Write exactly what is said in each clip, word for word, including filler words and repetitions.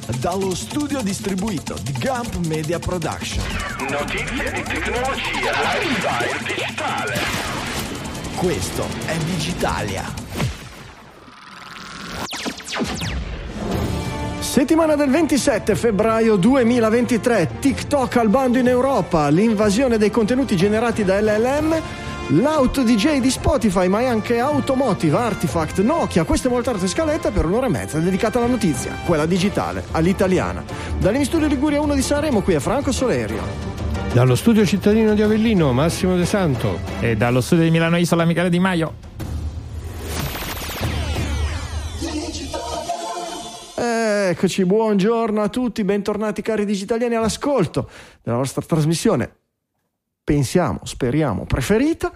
dallo studio distribuito di Gump Media Production. Notizie di tecnologia, lifestyle digitale. Questo è Digitalia. Settimana del ventisette febbraio duemilaventitré, TikTok al bando in Europa, l'invasione dei contenuti generati da L L M, l'auto D J di Spotify, ma è anche Automotive, Artifact, Nokia. Questa è molta altra scaletta per un'ora e mezza dedicata alla notizia, quella digitale, all'italiana. Dall'I Studio Liguria uno di Sanremo, qui è Franco Solerio. Dallo studio cittadino di Avellino, Massimo De Santo. E dallo studio di Milano Isola, Michele Di Maio. Eccoci, buongiorno a tutti, bentornati cari digitaliani all'ascolto della vostra trasmissione, pensiamo, speriamo, preferita.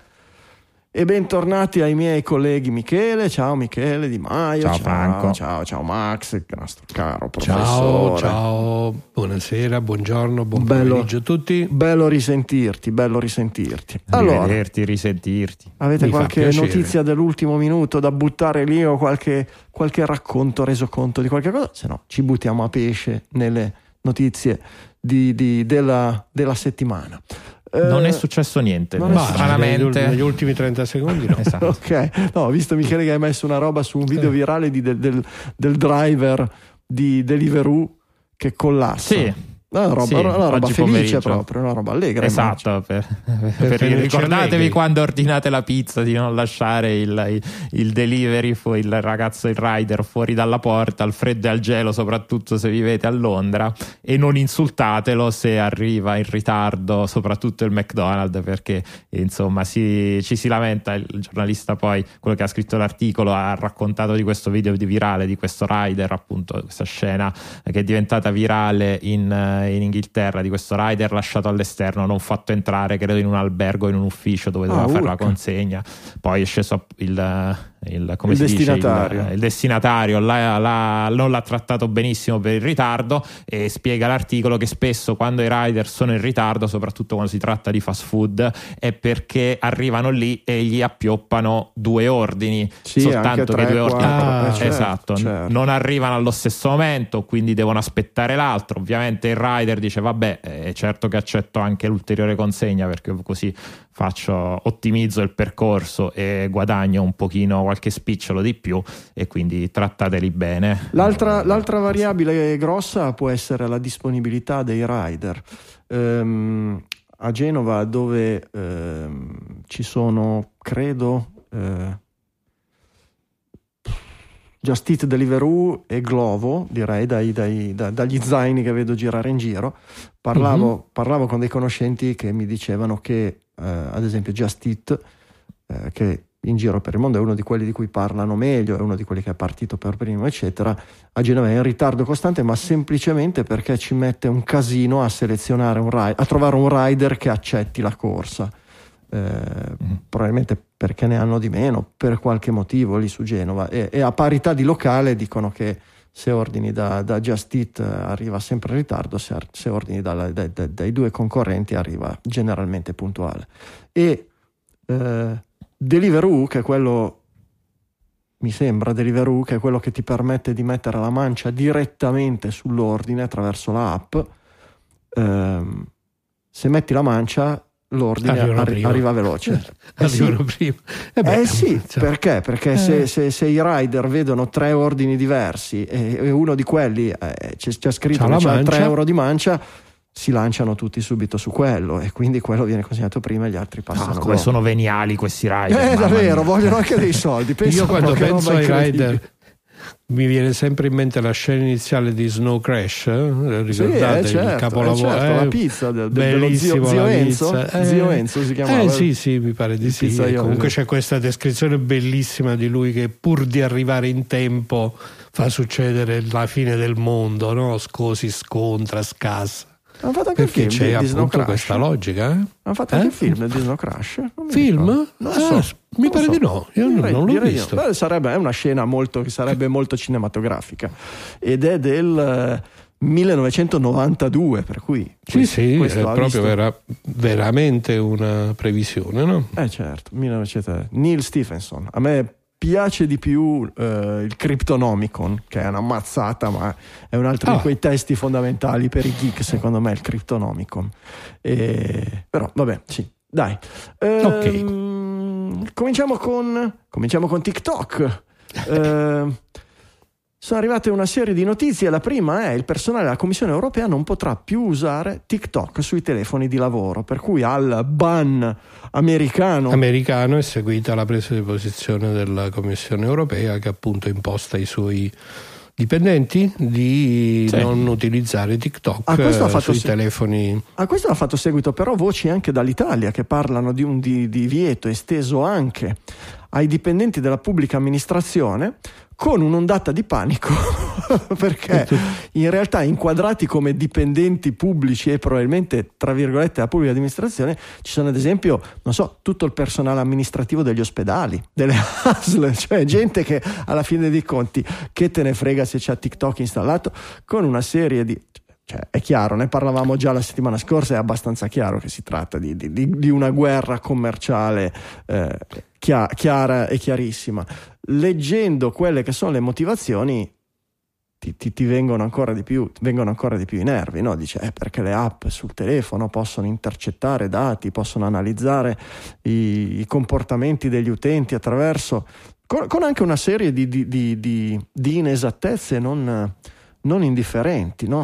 E bentornati ai miei colleghi Michele, ciao Michele Di Maio, ciao, ciao Franco, ciao, ciao Max, il nostro caro professore. Ciao, ciao, buonasera, buongiorno, buon bello, pomeriggio a tutti. Bello risentirti, bello risentirti. Allora, rivederti, risentirti. Avete Mi qualche notizia dell'ultimo minuto da buttare lì o qualche, qualche racconto, resoconto di qualche cosa? Se no, ci buttiamo a pesce nelle notizie di, di, della, della settimana. Non è successo niente, non stranamente. Negli ultimi trenta secondi no. Esatto. Ok, no, ho visto Michele che hai messo una roba su un video sì. virale di, del, del, del driver di Deliveroo che collassa. Sì. Una roba, sì, una roba felice pomeriggio. Proprio, una roba allegra. Esatto, per, per, per ricordatevi quando ordinate la pizza di non lasciare il, il, il delivery, fu il ragazzo, il rider fuori dalla porta al freddo e al gelo, soprattutto se vivete a Londra, e non insultatelo se arriva in ritardo, soprattutto il McDonald's, perché insomma si, ci si lamenta. Il giornalista poi, quello che ha scritto l'articolo, ha raccontato di questo video di virale di questo rider, appunto questa scena che è diventata virale in in Inghilterra, di questo rider lasciato all'esterno, non fatto entrare, credo in un albergo, in un ufficio dove doveva ah, fare urca. la consegna. Poi è sceso il, il, come il si destinatario, dice, il, il destinatario l'ha, l'ha, non l'ha trattato benissimo per il ritardo, e spiega l'articolo che spesso quando i rider sono in ritardo, soprattutto quando si tratta di fast food, è perché arrivano lì e gli appioppano due ordini, sì, soltanto tre, che due ordini ah, ah, certo, esatto certo. non arrivano allo stesso momento, quindi devono aspettare l'altro. Ovviamente il rider dice vabbè, è certo che accetto anche l'ulteriore consegna, perché così faccio, ottimizzo il percorso e guadagno un pochino, qualche spicciolo di più, e quindi trattateli bene. L'altra, l'altra variabile grossa può essere la disponibilità dei rider. Ehm, a Genova, dove ehm, ci sono, credo, eh, Just Eat, Deliveroo e Glovo, direi, dai, dai, da, dagli zaini che vedo girare in giro, parlavo, mm-hmm. parlavo con dei conoscenti che mi dicevano che eh, ad esempio Just Eat, eh, che in giro per il mondo è uno di quelli di cui parlano meglio, è uno di quelli che è partito per primo eccetera, a Genova è in ritardo costante, ma semplicemente perché ci mette un casino a selezionare un rider, a trovare un rider che accetti la corsa. Eh, mm. Probabilmente perché ne hanno di meno, per qualche motivo lì su Genova, e, e a parità di locale dicono che se ordini da, da Just Eat arriva sempre in ritardo, se, se ordini dalla, dai, dai, dai due concorrenti arriva generalmente puntuale. E eh, Deliveroo, che è quello, mi sembra Deliveroo, che è quello che ti permette di mettere la mancia direttamente sull'ordine attraverso la app, ehm, se metti la mancia l'ordine arri- arriva veloce. Eh sì, prima. Eh beh, eh sì cioè. perché? Perché eh. se, se, se i rider vedono tre ordini diversi e, e uno di quelli eh, c'è, c'è scritto c'ha che c'ha tre euro di mancia, si lanciano tutti subito su quello, e quindi quello viene consegnato prima e gli altri passano. No, come sono veniali questi rider. Eh davvero, vogliono anche dei soldi. Io quando penso ai rider mi viene sempre in mente la scena iniziale di Snow Crash, eh? Ricordate sì, eh, certo, il capolavoro? Eh, certo, eh, la pizza del, dello zio, zio Enzo, eh, zio Enzo si chiamava. Eh sì, sì, mi pare di sì. Comunque c'è questa descrizione bellissima di lui che, pur di arrivare in tempo, fa succedere la fine del mondo, no? Si scontra, scassa. Hanno fatto anche perché il film c'è di Snow appunto Crash. Questa logica, eh? Hanno fatto anche eh? il film di Snow Crash. Non film? Non ah, so. Mi non pare so. di no, io direi, non l'ho visto. Beh, sarebbe, è una scena molto, che sarebbe molto cinematografica, ed è del millenovecentonovantadue, per cui sì questo, sì questo è proprio vera, veramente una previsione, no? Eh certo, millenovecento Neil Stephenson. A me piace di più eh, il Cryptonomicon, che è una mazzata, ma è un altro oh. di quei testi fondamentali per i geek, secondo me, il Cryptonomicon. E... però vabbè, sì, dai. Ehm, ok. Cominciamo con, cominciamo con TikTok. ehm, Sono arrivate una serie di notizie. La prima è: il personale della Commissione europea non potrà più usare TikTok sui telefoni di lavoro, per cui al ban americano americano è seguita la presa di posizione della Commissione europea, che appunto imposta ai suoi dipendenti di sì. non utilizzare TikTok a questo ha fatto sui se- telefoni. A questo ha fatto seguito però voci anche dall'Italia, che parlano di un di- divieto esteso anche ai dipendenti della pubblica amministrazione, con un'ondata di panico perché in realtà inquadrati come dipendenti pubblici e probabilmente tra virgolette la pubblica amministrazione ci sono ad esempio, non so, tutto il personale amministrativo degli ospedali, delle A S L, cioè gente che alla fine dei conti che te ne frega se c'è TikTok installato, con una serie di... Cioè, è chiaro, ne parlavamo già la settimana scorsa, è abbastanza chiaro che si tratta di, di, di una guerra commerciale eh, chia- chiara e chiarissima. Leggendo quelle che sono le motivazioni ti, ti, ti vengono ancora di più vengono ancora di più i nervi, no? Dice eh, perché le app sul telefono possono intercettare dati, possono analizzare i, i comportamenti degli utenti attraverso con, con anche una serie di, di, di, di, di inesattezze non, non indifferenti, no?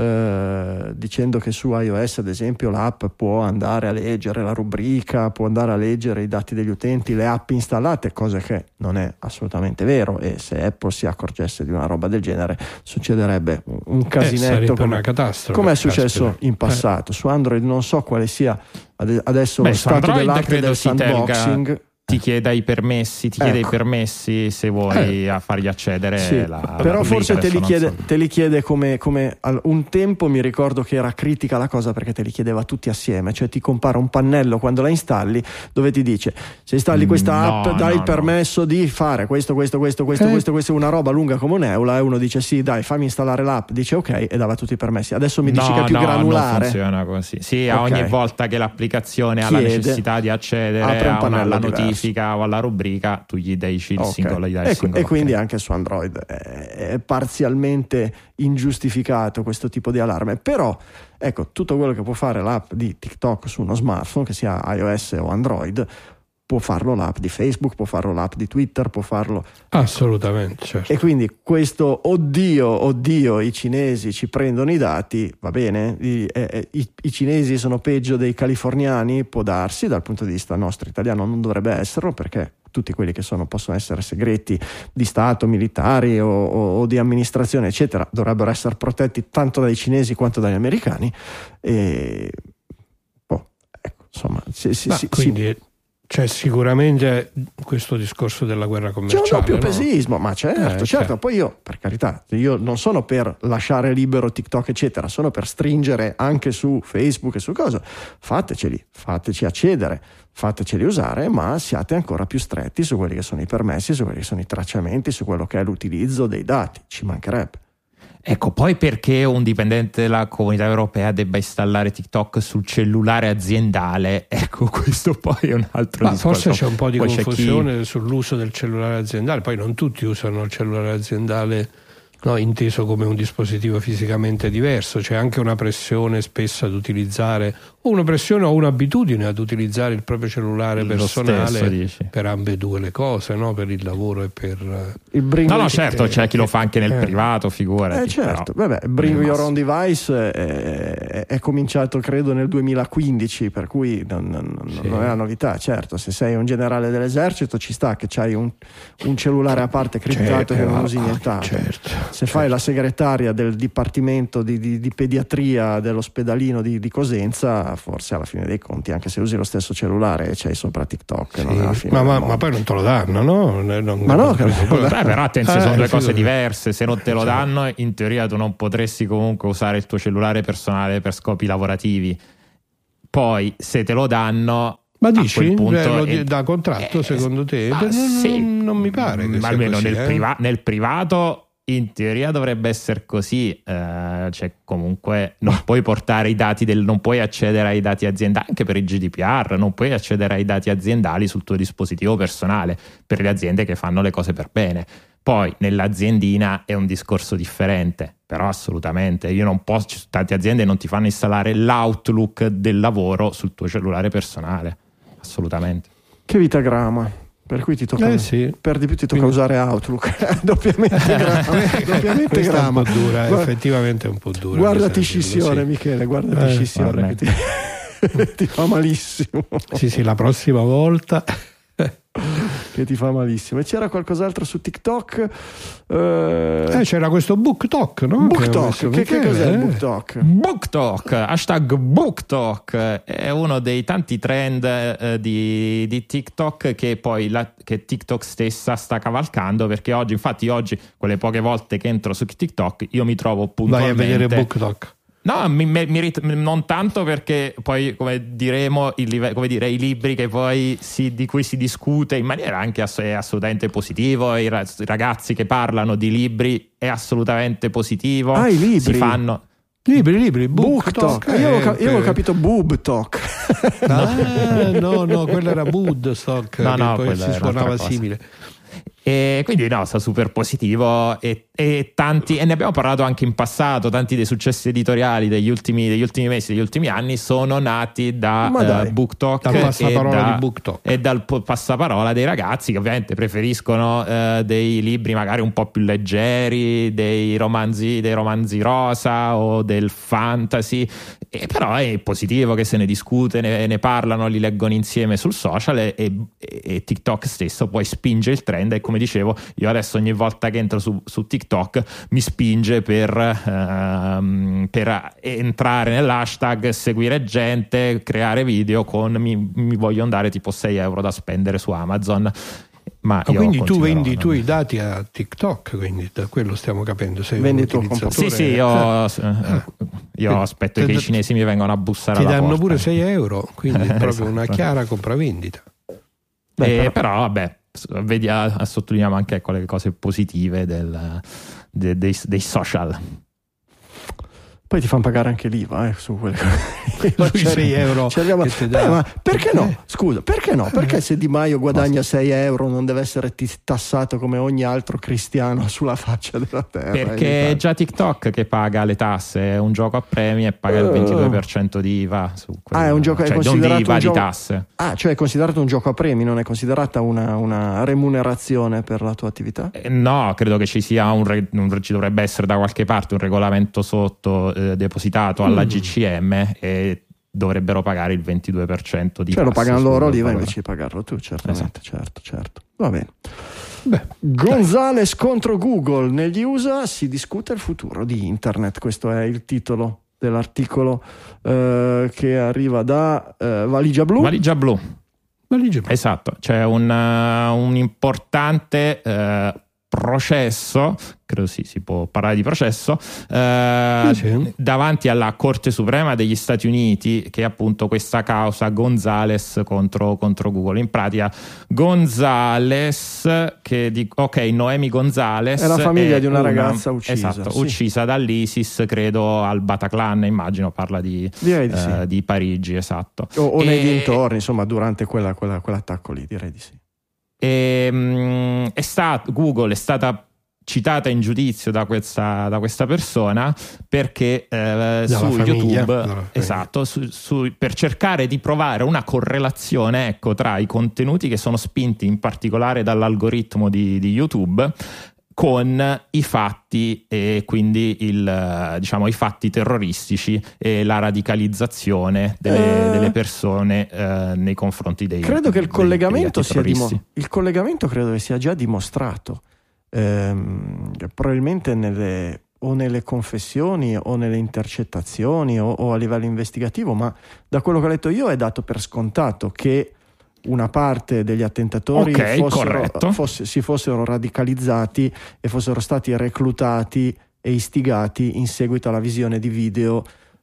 Eh, dicendo che su iOS ad esempio l'app può andare a leggere la rubrica, può andare a leggere i dati degli utenti, le app installate, cosa che non è assolutamente vero, e se Apple si accorgesse di una roba del genere succederebbe un casinetto, eh, come una catastrofe, come è successo caspita. in passato. Eh. Su Android non so quale sia adesso Beh, lo stato Android dell'arte del sandboxing. Telga... ti chieda i permessi, ti chiede ecco. i permessi se vuoi eh. a fargli accedere sì, la, però la forse te li, chiede, so. te li chiede come, come un tempo mi ricordo che era critica la cosa perché te li chiedeva tutti assieme, cioè ti compara un pannello quando la installi dove ti dice se installi questa no, app dai no, il permesso no. di fare questo questo questo questo eh. questo questo una roba lunga come un'eula, e uno dice sì dai fammi installare l'app, dice ok e dava tutti i permessi. Adesso mi dici no, che è più no, granulare, non funziona così. Sì, a okay. ogni volta che l'applicazione Chiede, ha la necessità di accedere a una, alla notifica o alla rubrica, tu gli dai il okay. singolo, gli dai e, il singolo e quindi okay. anche su Android è, è parzialmente ingiustificato questo tipo di allarme, però ecco tutto quello che può fare l'app di TikTok su uno smartphone, che sia iOS o Android, può farlo l'app di Facebook, può farlo l'app di Twitter, può farlo assolutamente, certo. E quindi questo oddio, oddio i cinesi ci prendono i dati, va bene, I, eh, i, i cinesi sono peggio dei californiani, può darsi, dal punto di vista nostro italiano non dovrebbe esserlo, perché tutti quelli che sono possono essere segreti di Stato, militari o, o, o di amministrazione eccetera dovrebbero essere protetti tanto dai cinesi quanto dagli americani, e oh, ecco, insomma si, si, Ma si, quindi si, c'è sicuramente questo discorso della guerra commerciale, c'è un doppio no? pesismo, ma certo, eh, certo, certo. Poi io, per carità, io non sono per lasciare libero TikTok eccetera, sono per stringere anche su Facebook e su cosa, fateceli, fateci accedere, fateceli usare, ma siate ancora più stretti su quelli che sono i permessi, su quelli che sono i tracciamenti, su quello che è l'utilizzo dei dati, ci mancherebbe. Ecco, poi perché un dipendente della Comunità Europea debba installare TikTok sul cellulare aziendale? Ecco, questo poi è un altro Ma discorso. Forse c'è un po' di poi confusione chi... sull'uso del cellulare aziendale, poi non tutti usano il cellulare aziendale, no, inteso come un dispositivo fisicamente diverso, c'è anche una pressione spesso ad utilizzare, o una pressione o un'abitudine ad utilizzare il proprio cellulare personale stesso, per ambedue le cose, no? Per il lavoro e per il bring no no certo eh, c'è chi lo fa anche nel eh, privato, figurati. Eh certo, però, vabbè, Bring Your Own Device è, è, è cominciato credo nel duemilaquindici, per cui non, non, sì. non è una novità. Certo, se sei un generale dell'esercito ci sta che c'hai un, un cellulare a parte criptato, certo, che non usi nient'altro. Certo, se fai certo. la segretaria del dipartimento di, di, di pediatria dell'ospedalino di, di Cosenza, forse alla fine dei conti, anche se usi lo stesso cellulare e c'hai sopra TikTok, sì. non è la fine ma, ma, ma poi non te lo danno, no? Non, ma no, non che lo Beh, però attenzione, eh, sono due sì, cose sì. diverse. Se non te lo danno, in teoria tu non potresti comunque usare il tuo cellulare personale per scopi lavorativi. Poi se te lo danno, ma dici a quel punto eh, è, da contratto, eh, secondo te? Ma non, sì, non, non mi pare che ma sia almeno così, nel, eh? priva- nel privato in teoria dovrebbe essere così, eh, cioè comunque non puoi portare i dati del, non puoi accedere ai dati aziendali, anche per il G D P R non puoi accedere ai dati aziendali sul tuo dispositivo personale per le aziende che fanno le cose per bene. Poi nell'aziendina è un discorso differente, però assolutamente io non posso, tante aziende non ti fanno installare l'Outlook del lavoro sul tuo cellulare personale, assolutamente. Che vitagrama. Per cui ti tocca, eh sì. per di più ti tocca usare Outlook. doppiamente grama. doppiamente grama. È un po' dura, guarda, effettivamente è un po' dura. Guardati Scissione, sì. Michele, guardati eh, Scissione che ti, ti fa malissimo. Sì, sì, la prossima volta. Che ti fa malissimo. E c'era qualcos'altro su TikTok? Eh, eh, c'era questo BookTok, no? BookTok, che, che cos'è il BookTok? BookTok, hashtag BookTok è uno dei tanti trend eh, di, di TikTok che poi la, che TikTok stessa sta cavalcando, perché oggi, infatti oggi, quelle poche volte che entro su TikTok, io mi trovo puntualmente... Vai a vedere BookTok. No, mi, mi, non tanto, perché poi, come diremo, il, come dire, i libri che poi si, di cui si discute in maniera anche ass- assolutamente positivo, i ragazzi che parlano di libri è assolutamente positivo. Ah, i libri si fanno libri, libri, BookTok. Eh, io, avevo cap- io avevo capito BoobTok. Ah, no, no, quello era Boodstock, no, che no, poi si suonava simile. E quindi no, sta super positivo e, e tanti, e ne abbiamo parlato anche in passato, tanti dei successi editoriali degli ultimi, degli ultimi mesi, degli ultimi anni sono nati da uh, BookTok, dal passaparola e, da, di BookTok e dal passaparola dei ragazzi che ovviamente preferiscono uh, dei libri magari un po' più leggeri, dei romanzi, dei romanzi rosa o del fantasy, e però è positivo che se ne discute, ne, ne parlano, li leggono insieme sul social e, e, e TikTok stesso poi spinge il trend. E come dicevo, io adesso ogni volta che entro su, su TikTok mi spinge per, uh, per entrare nell'hashtag, seguire gente, creare video con mi, mi vogliono dare tipo sei euro da spendere su Amazon. Ma ah, quindi tu vendi i tuoi dati a TikTok, quindi da quello stiamo capendo. Sei vendi un tuo utilizzatore. Sì, sì, io, eh, io aspetto che i cinesi mi vengano a bussare alla porta. Ti danno pure sei euro, quindi è proprio una chiara compravendita. Beh, però, però vabbè, vedi, a, sottolineiamo anche ecco, le cose positive del, de, dei, dei social. Poi ti fanno pagare anche l'I V A eh, su quelle cose. sei euro. Eh, ma perché no? Scusa, perché no? Perché se Di Maio guadagna sei euro non deve essere tassato come ogni altro cristiano sulla faccia della terra? Perché è già TikTok che paga le tasse, è un gioco a premi e paga uh. il ventidue per cento di I V A su quello. Ah, è un gioco, cioè, è considerato non di I V A, un di gioco... tasse. Ah, cioè è considerato un gioco a premi, non è considerata una, una remunerazione per la tua attività? Eh, no, credo che ci sia un, re... un ci dovrebbe essere da qualche parte un regolamento sotto eh, depositato alla mm. G C M e dovrebbero pagare il ventidue per cento di cioè tasse. Lo pagano loro l'I V A invece di pagarlo tu, certamente, esatto. certo, certo. Va bene. Beh, Gonzales dai. contro Google. Negli U S A si discute il futuro di internet, questo è il titolo dell'articolo eh, che arriva da eh, Valigia Blu. Valigia Blu. Valigia Blu. Esatto, c'è un, uh, un importante uh, processo, credo sì, si può parlare di processo, eh, sì. davanti alla Corte Suprema degli Stati Uniti, che è appunto questa causa Gonzales contro, contro Google. In pratica Gonzales, che di, ok, Noemi Gonzales è la famiglia è di una, una ragazza uccisa, esatto, sì. uccisa dall'ISIS, credo al Bataclan, immagino, parla di, direi di, eh, sì. di Parigi, esatto. O, o e, nei dintorni, insomma, durante quella, quella, quell'attacco lì, direi di sì. E, um, è stato, Google è stata citata in giudizio da questa, da questa persona perché eh, su famiglia, YouTube esatto, su, su, per cercare di provare una correlazione ecco, tra i contenuti che sono spinti in particolare dall'algoritmo di, di YouTube con i fatti e quindi il, diciamo, i fatti terroristici e la radicalizzazione delle, eh, delle persone eh, nei confronti dei credo che il dei, collegamento sia dimo- il collegamento credo che sia già dimostrato ehm, probabilmente nelle o nelle confessioni o nelle intercettazioni o, o a livello investigativo, ma da quello che ho letto io è dato per scontato che una parte degli attentatori okay, fossero, fosse, si fossero radicalizzati e fossero stati reclutati e istigati in seguito alla visione di video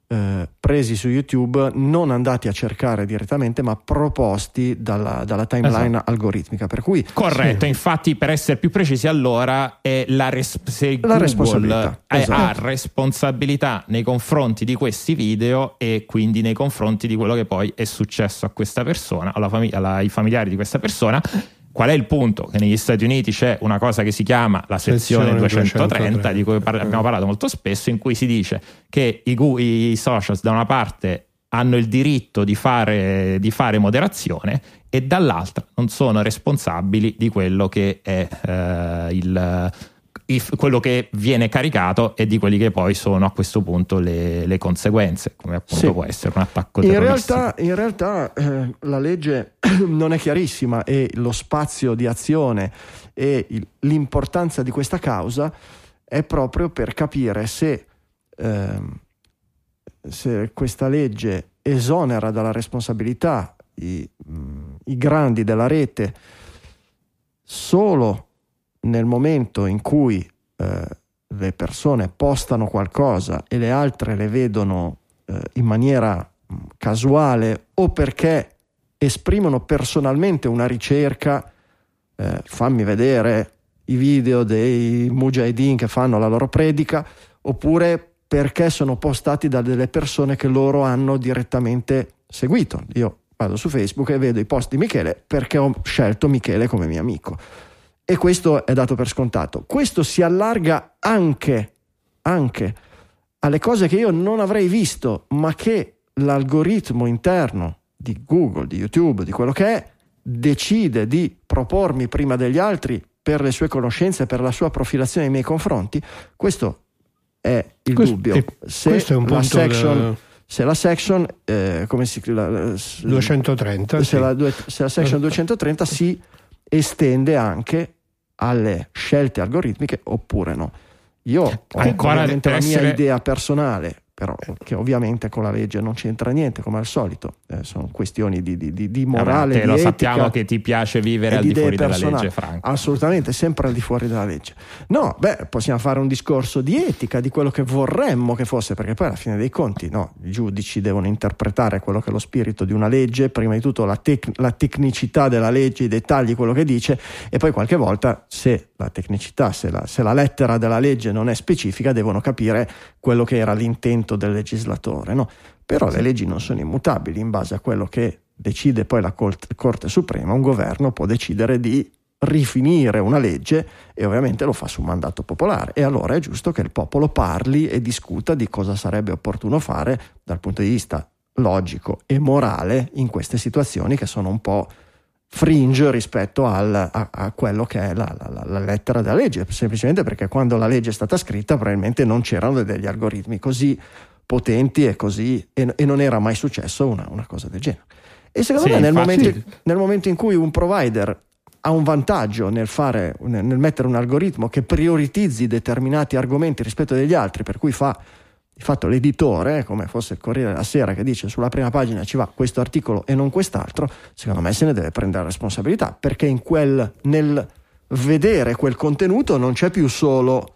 eh, presi su YouTube, non andati a cercare direttamente, ma proposti dalla, dalla timeline esatto. algoritmica. Per cui corretto, sì. Infatti, per essere più precisi, allora è la, res- se la Google responsabilità è, esatto. ha responsabilità nei confronti di questi video e quindi nei confronti di quello che poi è successo a questa persona, alla famig- alla, ai familiari di questa persona. Qual è il punto? Che negli Stati Uniti c'è una cosa che si chiama la sezione, sezione duecentotrenta, di cui par- abbiamo parlato molto spesso, in cui si dice che i, i social da una parte hanno il diritto di fare, di fare moderazione e dall'altra non sono responsabili di quello che è eh, il, il, quello che viene caricato e di quelli che poi sono a questo punto le, le conseguenze, come appunto sì. può essere un attacco terroristico. In realtà, in realtà eh, la legge non è chiarissima e lo spazio di azione e il, l'importanza di questa causa è proprio per capire se eh, se questa legge esonera dalla responsabilità i, i grandi della rete solo nel momento in cui eh, le persone postano qualcosa e le altre le vedono eh, in maniera casuale o perché esprimono personalmente una ricerca, eh, fammi vedere i video dei mujahideen che fanno la loro predica, oppure perché sono postati da delle persone che loro hanno direttamente seguito. Io vado su Facebook e vedo i post di Michele perché ho scelto Michele come mio amico, e questo è dato per scontato. Questo si allarga anche, anche alle cose che io non avrei visto, ma che l'algoritmo interno di Google, di YouTube, di quello che è, decide di propormi prima degli altri per le sue conoscenze, per la sua profilazione nei miei confronti. Questo è il questo, dubbio. Se questo è un la punto section, da... se la section eh, come si la, duecentotrenta se, sì. la, se la section duecentotrenta si estende anche alle scelte algoritmiche oppure no. Io ho ancora ovviamente la essere... mia idea personale, però che ovviamente con la legge non c'entra niente, come al solito, eh, sono questioni di, di, di, di morale, te di lo etica, sappiamo che ti piace vivere al di fuori della legge, Franco. Assolutamente, sempre al di fuori della legge. No, beh, possiamo fare un discorso di etica, di quello che vorremmo che fosse, perché poi alla fine dei conti, no, i giudici devono interpretare quello che è lo spirito di una legge, prima di tutto la, tec- la tecnicità della legge, i dettagli, quello che dice, e poi qualche volta, se la tecnicità, se la, se la lettera della legge non è specifica, devono capire quello che era l'intento del legislatore, no? Però le leggi non sono immutabili. In base a quello che decide poi la Corte Suprema, un governo può decidere di rifinire una legge e ovviamente lo fa su mandato popolare, e allora è giusto che il popolo parli e discuta di cosa sarebbe opportuno fare dal punto di vista logico e morale in queste situazioni che sono un po' fringe rispetto al, a, a quello che è la, la, la lettera della legge, semplicemente perché quando la legge è stata scritta probabilmente non c'erano degli algoritmi così potenti e così e, e non era mai successo una, una cosa del genere. E secondo sì, me nel momento, sì. nel momento in cui un provider ha un vantaggio nel fare nel, nel mettere un algoritmo che prioritizzi determinati argomenti rispetto agli altri, per cui fa di fatto l'editore, come fosse il Corriere della Sera che dice sulla prima pagina ci va questo articolo e non quest'altro, secondo me se ne deve prendere responsabilità, perché in quel nel vedere quel contenuto non c'è più solo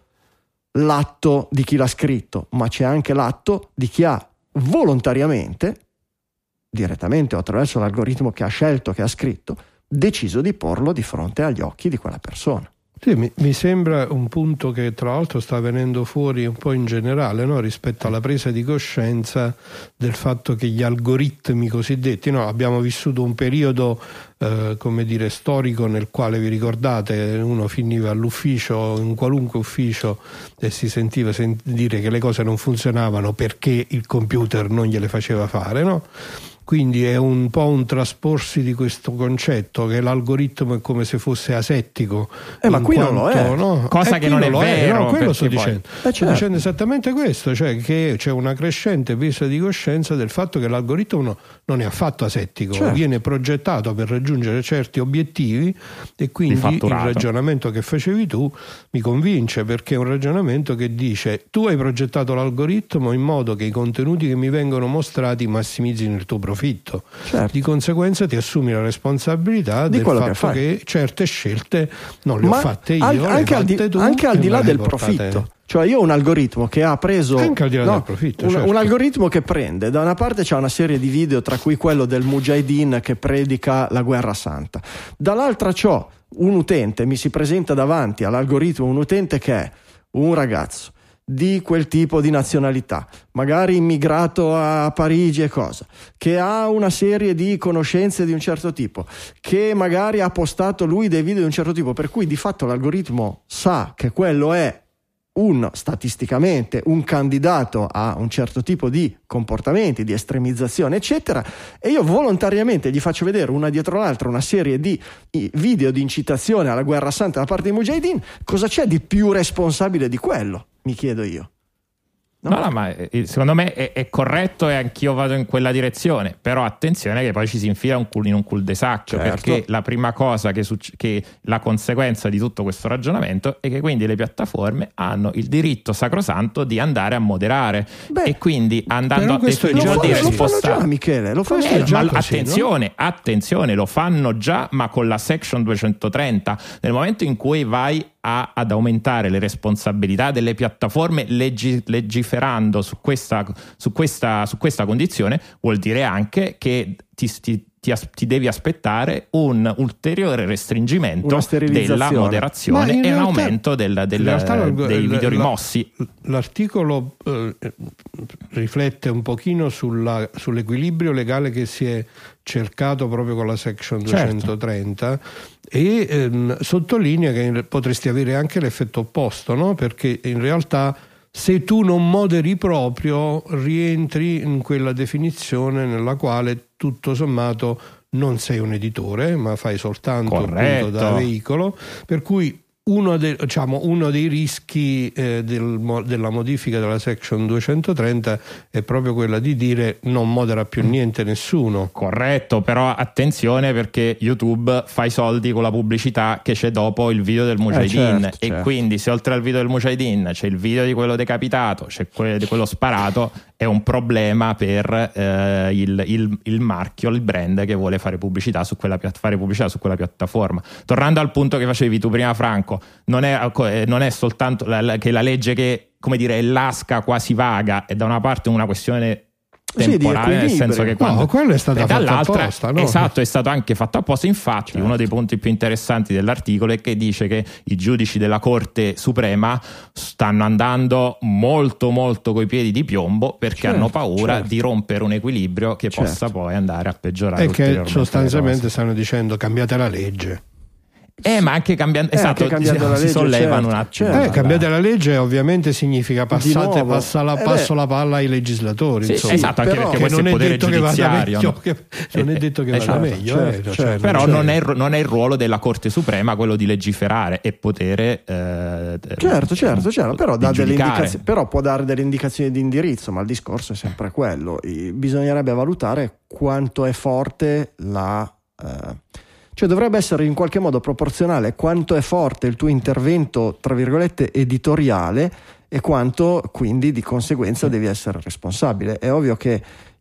l'atto di chi l'ha scritto, ma c'è anche l'atto di chi ha volontariamente, direttamente o attraverso l'algoritmo che ha scelto, che ha scritto, deciso di porlo di fronte agli occhi di quella persona. Sì, mi, mi sembra un punto che tra l'altro sta venendo fuori un po' in generale, no? Rispetto alla presa di coscienza del fatto che gli algoritmi cosiddetti, no? Abbiamo vissuto un periodo eh, come dire storico nel quale, vi ricordate, uno finiva all'ufficio, in qualunque ufficio, e si sentiva sent- dire che le cose non funzionavano perché il computer non gliele faceva fare, no? Quindi è un po' un trasporsi di questo concetto che l'algoritmo è come se fosse asettico, eh, ma qui quanto, non lo è, no? Cosa eh, che non è vero, è, no? Quello sto dicendo, poi... eh, certo. sto dicendo esattamente questo, cioè che c'è una crescente presa di coscienza del fatto che l'algoritmo non è affatto asettico, certo. Viene progettato per raggiungere certi obiettivi e quindi il ragionamento che facevi tu mi convince, perché è un ragionamento che dice: tu hai progettato l'algoritmo in modo che i contenuti che mi vengono mostrati massimizzino il tuo profitto. Profitto. Certo. Di conseguenza ti assumi la responsabilità di del fatto che, che certe scelte non le Ma ho fatte io, anche, le anche, al, di, tu, anche al di là del portate... profitto, Cioè io ho un algoritmo che ha preso anche al di là no, del profitto, un, certo. un algoritmo che prende, da una parte c'è una serie di video, tra cui quello del Mujahideen che predica la guerra santa, dall'altra c'ho un utente, mi si presenta davanti all'algoritmo un utente che è un ragazzo di quel tipo di nazionalità, magari immigrato a Parigi e cosa, che ha una serie di conoscenze di un certo tipo, che magari ha postato lui dei video di un certo tipo, per cui di fatto l'algoritmo sa che quello è un statisticamente un candidato a un certo tipo di comportamenti, di estremizzazione eccetera, e io volontariamente gli faccio vedere una dietro l'altra una serie di video di incitazione alla guerra santa da parte dei Mujahideen. Cosa c'è di più responsabile di quello? Mi chiedo io. No, no, no, ma secondo me è, è corretto e anch'io vado in quella direzione, però attenzione che poi ci si infila un cul- in un cul-de-sac, certo. Perché la prima cosa che, succe- che la conseguenza di tutto questo ragionamento è che quindi le piattaforme hanno il diritto sacrosanto di andare a moderare. Beh, e quindi andando a definire lo, fa, lo fanno già, Michele, lo fanno eh, già ma così, attenzione, no? attenzione, lo fanno già, ma con la section duecentotrenta, nel momento in cui vai A, ad aumentare le responsabilità delle piattaforme leggi, legiferando su questa, su, questa, su questa condizione, vuol dire anche che ti, ti, ti, ti devi aspettare un ulteriore restringimento della moderazione e un aumento del, del, realtà, dei video rimossi. L'articolo eh, riflette un pochino sulla, sull'equilibrio legale che si è cercato proprio con la section duecentotrenta, certo. E ehm, sottolinea che potresti avere anche l'effetto opposto, no? Perché in realtà se tu non moderi proprio rientri in quella definizione nella quale tutto sommato non sei un editore ma fai soltanto appunto da veicolo, per cui uno, de, diciamo, uno dei rischi eh, del, della modifica della section duecentotrenta è proprio quella di dire non modera più niente nessuno. Corretto, però attenzione perché YouTube fa i soldi con la pubblicità che c'è dopo il video del Mujahideen, eh certo, e certo. Quindi se oltre al video del Mujahideen c'è il video di quello decapitato, c'è quello di quello sparato, è un problema per eh, il, il, il marchio, il brand che vuole fare pubblicità su quella, fare pubblicità su quella piattaforma. Tornando al punto che facevi tu prima, Franco, non è, non è soltanto la, la, che la legge che, come dire, è lasca, quasi vaga, è da una parte una questione temporale, sì, nel senso che quando no, quello è stato fatto apposta, no? Esatto, è stato anche fatto apposta. Infatti, certo. Uno dei punti più interessanti dell'articolo è che dice che i giudici della Corte Suprema stanno andando molto molto coi piedi di piombo perché certo, hanno paura certo. di rompere un equilibrio che certo. possa poi andare a peggiorare, e che sostanzialmente stanno dicendo cambiate la legge. Eh, ma anche cambiando, eh, esatto, anche cambiando si, la legge, si sollevano certo, un attimo. certo. Eh, cambiate la legge ovviamente significa passate, passa la, eh passo la palla ai legislatori. Sì, insomma. esatto, anche però, perché questo è il potere giudiziario. Meglio, che, non è detto che vada certo, meglio. certo, eh, certo, cioè, però cioè, non, è, non è il ruolo della Corte Suprema quello di legiferare e potere. Eh, certo, certo, certo. Però, dà delle indicazioni, però può dare delle indicazioni di indirizzo, ma il discorso è sempre quello. Bisognerebbe valutare quanto è forte la. Eh, Cioè dovrebbe essere in qualche modo proporzionale quanto è forte il tuo intervento, tra virgolette, editoriale e quanto quindi di conseguenza devi essere responsabile. È ovvio che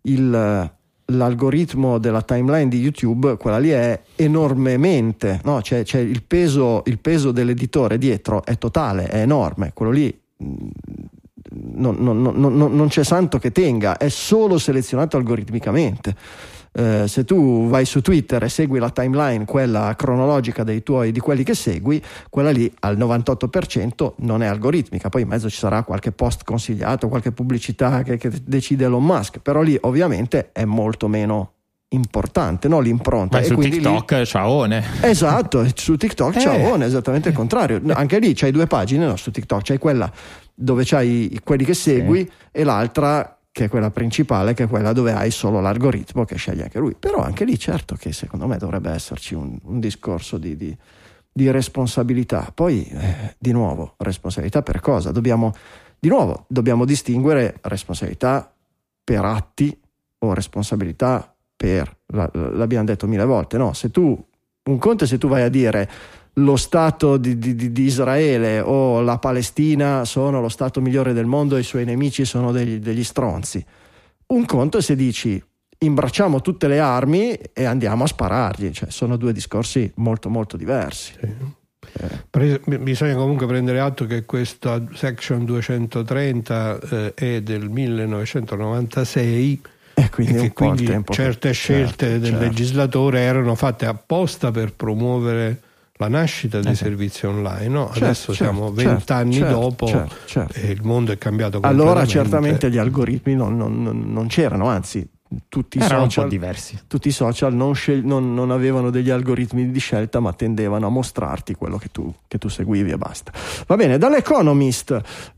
il, l'algoritmo della timeline di YouTube, quella lì è enormemente, no? C'è, c'è il peso, il peso dell'editore dietro è totale, è enorme, quello lì non, non, non, non, non c'è santo che tenga, è solo selezionato algoritmicamente. Uh, se tu vai su Twitter e segui la timeline, quella cronologica dei tuoi, di quelli che segui, quella lì al novantotto per cento non è algoritmica. Poi in mezzo ci sarà qualche post consigliato, qualche pubblicità che, che decide Elon Musk, però lì ovviamente è molto meno importante, no? L'impronta. Ma e su quindi TikTok lì... ciaone. Esatto, su TikTok eh. ciaone, esattamente il contrario. Anche lì c'hai due pagine, no? Su TikTok c'hai quella dove c'hai quelli che segui, sì. E l'altra che è quella principale, che è quella dove hai solo l'algoritmo che sceglie anche lui. Però anche lì certo che secondo me dovrebbe esserci un, un discorso di, di, di responsabilità. Poi eh, di nuovo, responsabilità per cosa? Dobbiamo di nuovo dobbiamo distinguere responsabilità per atti o responsabilità per, l'abbiamo detto mille volte, no? Se tu, un conto è se tu vai a dire lo Stato di, di, di Israele o la Palestina sono lo Stato migliore del mondo e i suoi nemici sono degli, degli stronzi. Un conto è se dici imbracciamo tutte le armi e andiamo a sparargli, cioè sono due discorsi molto molto diversi. Sì. Pre- bisogna comunque prendere atto che questa Section duecentotrenta eh, è del millenovecentonovantasei e quindi, e che un po' quindi tempo certe che... scelte certo, del certo. legislatore erano fatte apposta per promuovere la nascita dei eh, servizi online, no? Certo, Adesso certo, siamo vent'anni certo, dopo certo, certo. e il mondo è cambiato completamente. Allora certamente gli algoritmi non, non, non c'erano, anzi tutti i erano social, un po' diversi. Tutti i social non, scel- non, non avevano degli algoritmi di scelta, ma tendevano a mostrarti quello che tu, che tu seguivi e basta. Va bene, dall'Economist,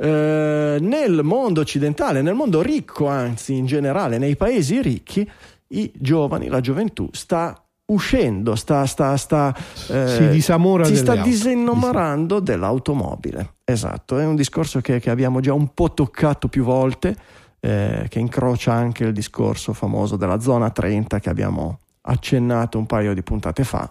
eh, nel mondo occidentale, nel mondo ricco, anzi in generale nei paesi ricchi, i giovani, la gioventù sta uscendo, sta, sta, sta, eh, si disamora si sta auto. disinnamorando dell'automobile. Esatto, è un discorso che, che abbiamo già un po' toccato più volte, eh, che incrocia anche il discorso famoso della zona trenta che abbiamo accennato un paio di puntate fa,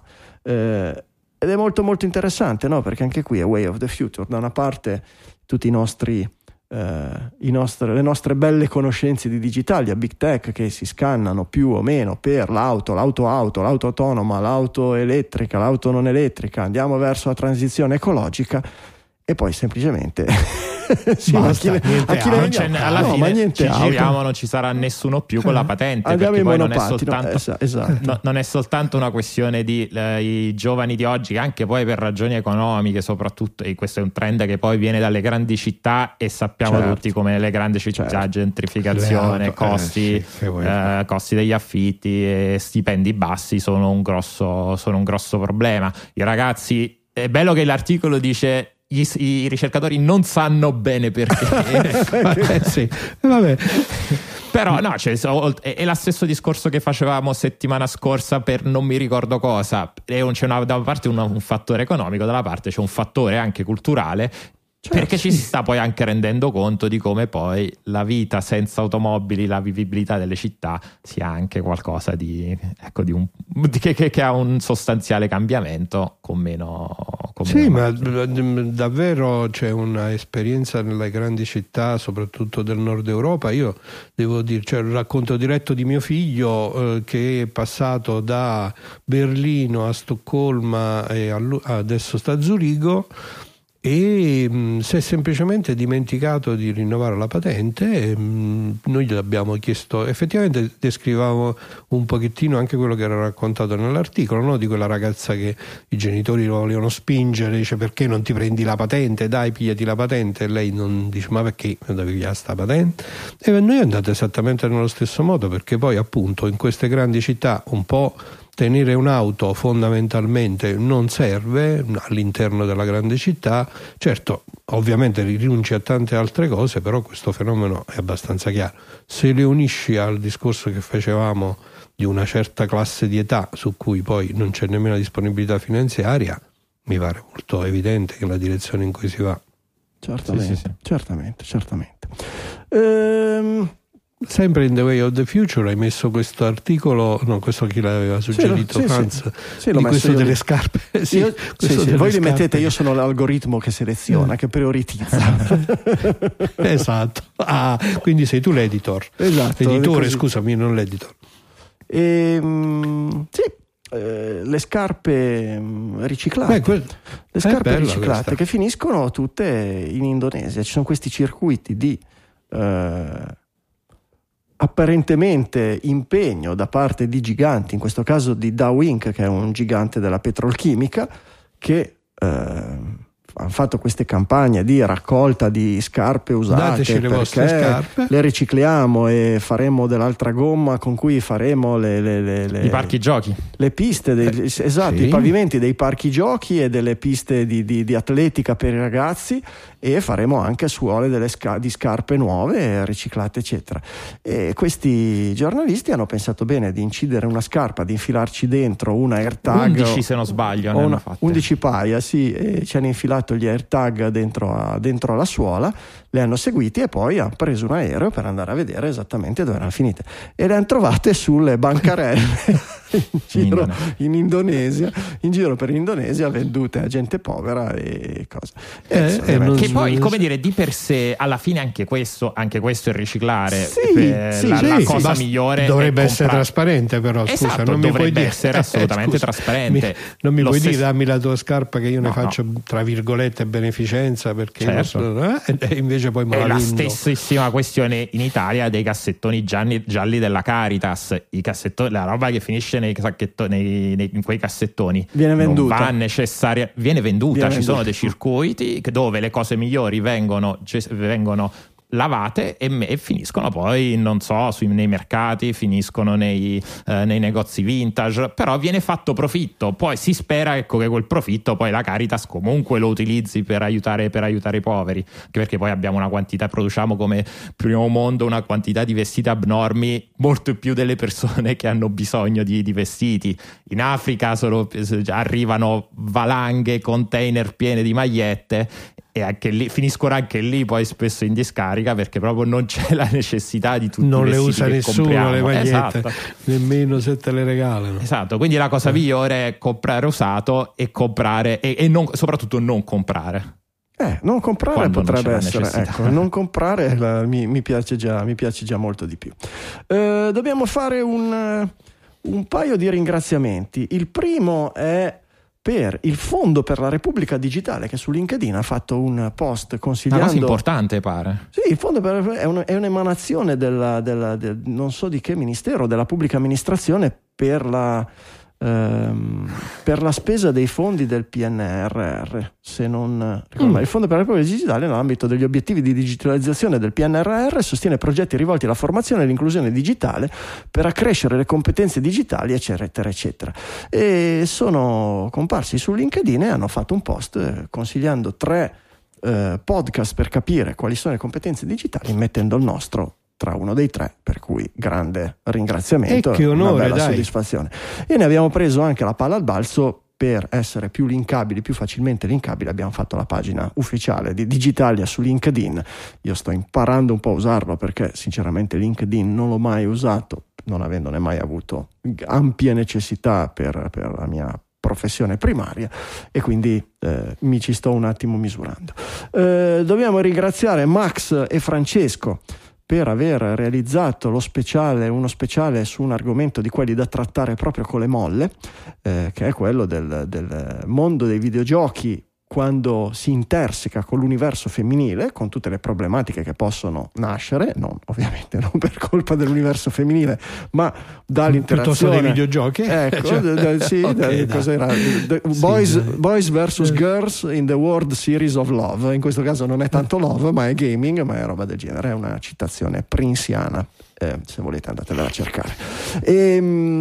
eh, ed è molto molto interessante, no? Perché anche qui è way of the future. Da una parte tutti i nostri Uh, i nostre, le nostre belle conoscenze di digitalia, big tech, che si scannano più o meno per l'auto, l'auto auto, l'auto autonoma, l'auto elettrica, l'auto non elettrica, andiamo verso la transizione ecologica e poi semplicemente sì, basta, ma chi le, a chi le non c'è, alla no, fine ma niente ci auto. giriamo, non ci sarà nessuno più con la patente, andiamo perché in poi non è, monopattino, soltanto, esatto. no, non è soltanto una questione di eh, i giovani di oggi, che anche poi per ragioni economiche soprattutto, e questo è un trend che poi viene dalle grandi città e sappiamo certo. tutti come le grandi città, certo. gentrificazione, auto, costi, eh, sì, eh, costi degli affitti e stipendi bassi sono un grosso, sono un grosso problema. I ragazzi, è bello che l'articolo dice Gli, i ricercatori non sanno bene perché. eh, sì. Vabbè. Però no, cioè, è lo stesso discorso che facevamo settimana scorsa per non mi ricordo cosa. C'è una, da una parte un, un fattore economico, dalla parte c'è un fattore anche culturale. Certo, perché sì. Ci si sta poi anche rendendo conto di come poi la vita senza automobili, la vivibilità delle città sia anche qualcosa di, ecco, di un, di che, che, che ha un sostanziale cambiamento con meno. Con sì, meno ma macchine. Davvero c'è una esperienza nelle grandi città, soprattutto del nord Europa. Io devo dire, c'è cioè, il racconto diretto di mio figlio eh, che è passato da Berlino a Stoccolma e a, adesso sta a Zurigo. E mh, si è semplicemente dimenticato di rinnovare la patente e, mh, noi gli abbiamo chiesto, effettivamente descrivavo un pochettino anche quello che era raccontato nell'articolo, no? Di quella ragazza che i genitori lo volevano spingere, dice perché non ti prendi la patente, dai pigliati la patente, e lei non dice ma perché non devi pigliare sta patente, e noi è andato esattamente nello stesso modo, perché poi appunto in queste grandi città un po' tenere un'auto fondamentalmente non serve all'interno della grande città. Certo, ovviamente rinunci a tante altre cose, però questo fenomeno è abbastanza chiaro. Se le unisci al discorso che facevamo di una certa classe di età su cui poi non c'è nemmeno disponibilità finanziaria, mi pare molto evidente che è la direzione in cui si va. Certamente, sì, sì, sì. certamente, certamente. Ehm... Sempre in The Way of the Future hai messo questo articolo, no, questo chi l'aveva suggerito, sì, Franz, sì, sì, di questo delle di... scarpe. Sì, io, sì, sì, delle voi li scarpe. mettete, io sono l'algoritmo che seleziona, che prioritizza. Esatto. Ah, quindi sei tu l'editor. Esatto. L'editore, scusami, non l'editor. E, mh, sì. Eh, le scarpe riciclate, Beh, quel... le scarpe riciclate questa. Che finiscono tutte in Indonesia. Ci sono questi circuiti di eh, apparentemente impegno da parte di giganti, in questo caso di Dow Inc, che è un gigante della petrolchimica, che eh, hanno fatto queste campagne di raccolta di scarpe usate. Dateci le vostre scarpe, le ricicliamo e faremo dell'altra gomma con cui faremo le, le, le, le i parchi giochi, le piste dei, eh, esatto, sì. I pavimenti dei parchi giochi e delle piste di, di, di atletica per i ragazzi, e faremo anche suole delle sca- di scarpe nuove riciclate eccetera. E questi giornalisti hanno pensato bene di incidere una scarpa, di infilarci dentro una AirTag undici se non sbaglio ne hanno fatte. undici paia, sì, e ci hanno infilato gli AirTag dentro, a, dentro alla suola, le hanno seguiti e poi hanno preso un aereo per andare a vedere esattamente dove erano finite, e le hanno trovate sulle bancarelle in giro in Indonesia, in giro per l'Indonesia, vendute a gente povera e cose. Eh, eh, non... Che poi, come dire, di per sé alla fine anche questo, anche questo è riciclare. Sì, per sì, la, sì, la sì, cosa sì, migliore dovrebbe è essere comprare... trasparente, però scusa, esatto, non mi dovrebbe puoi dire essere assolutamente scusa, trasparente. Mi, non mi Lo puoi stesso... dire dammi la tua scarpa che io ne no, faccio no. tra virgolette beneficenza, perché certo. so, eh, e invece poi me è la la vendo. stessissima questione in Italia dei cassettoni gialli, gialli della Caritas. I cassettoni, la roba che finisce nei sacchettoni, nei, nei, in quei cassettoni viene venduta, non va necessaria, viene venduta. Viene ci venduta. sono dei circuiti dove le cose migliori vengono, vengono lavate e, e finiscono poi, non so, sui, nei mercati, finiscono nei, eh, nei negozi vintage, però viene fatto profitto. Poi si spera, ecco, che quel profitto poi la Caritas comunque lo utilizzi per aiutare, per aiutare i poveri, anche perché poi abbiamo una quantità, produciamo come primo mondo una quantità di vestiti abnormi, molto più delle persone che hanno bisogno di, di vestiti. In Africa solo, arrivano valanghe, container piene di magliette, e anche lì finiscono anche lì poi spesso in discarica, perché proprio non c'è la necessità di tutti non i le usa che nessuno compriamo. le magliette, esatto. nemmeno se te le regalano. Esatto, quindi la cosa eh. migliore è comprare usato e comprare e, e non, soprattutto non comprare. Eh, non comprare Quando potrebbe non essere, ecco, non comprare la, mi, mi piace già, mi piace già molto di più. Eh, dobbiamo fare un, un paio di ringraziamenti. Il primo è per il Fondo per la Repubblica Digitale, che su LinkedIn ha fatto un post consigliando... Una cosa importante, pare. Sì, il Fondo per, è, un, è un'emanazione della, della, del, non so di che ministero, della pubblica amministrazione per la... per la spesa dei fondi del P N R R, se non ricordo, mm. il Fondo per la Repubblica Digitale, nell'ambito degli obiettivi di digitalizzazione del P N R R, sostiene progetti rivolti alla formazione e all'inclusione digitale per accrescere le competenze digitali, eccetera eccetera. E sono comparsi su LinkedIn e hanno fatto un post consigliando tre eh, podcast per capire quali sono le competenze digitali, mettendo il nostro tra uno dei tre, per cui grande ringraziamento e che onore, una bella dai. soddisfazione. E ne abbiamo preso anche la palla al balzo per essere più linkabili, più facilmente linkabili. Abbiamo fatto la pagina ufficiale di Digitalia su LinkedIn. Io sto imparando un po' a usarlo, perché sinceramente LinkedIn non l'ho mai usato, non avendone mai avuto ampie necessità per, per la mia professione primaria, e quindi eh, mi ci sto un attimo misurando. Eh, dobbiamo ringraziare Max e Francesco per aver realizzato lo speciale, uno speciale su un argomento di quelli da trattare proprio con le molle, eh, che è quello del, del mondo dei videogiochi quando si interseca con l'universo femminile, con tutte le problematiche che possono nascere, non, ovviamente non per colpa dell'universo femminile, ma dall'interazione dei videogiochi. Ecco, cioè, d- d- sì, okay, d- cos'era? The boys, sì, boys versus girls in the World Series of Love. In questo caso non è tanto love, ma è gaming, ma è roba del genere. È una citazione prinziana. Eh, se volete andatela a cercare. E,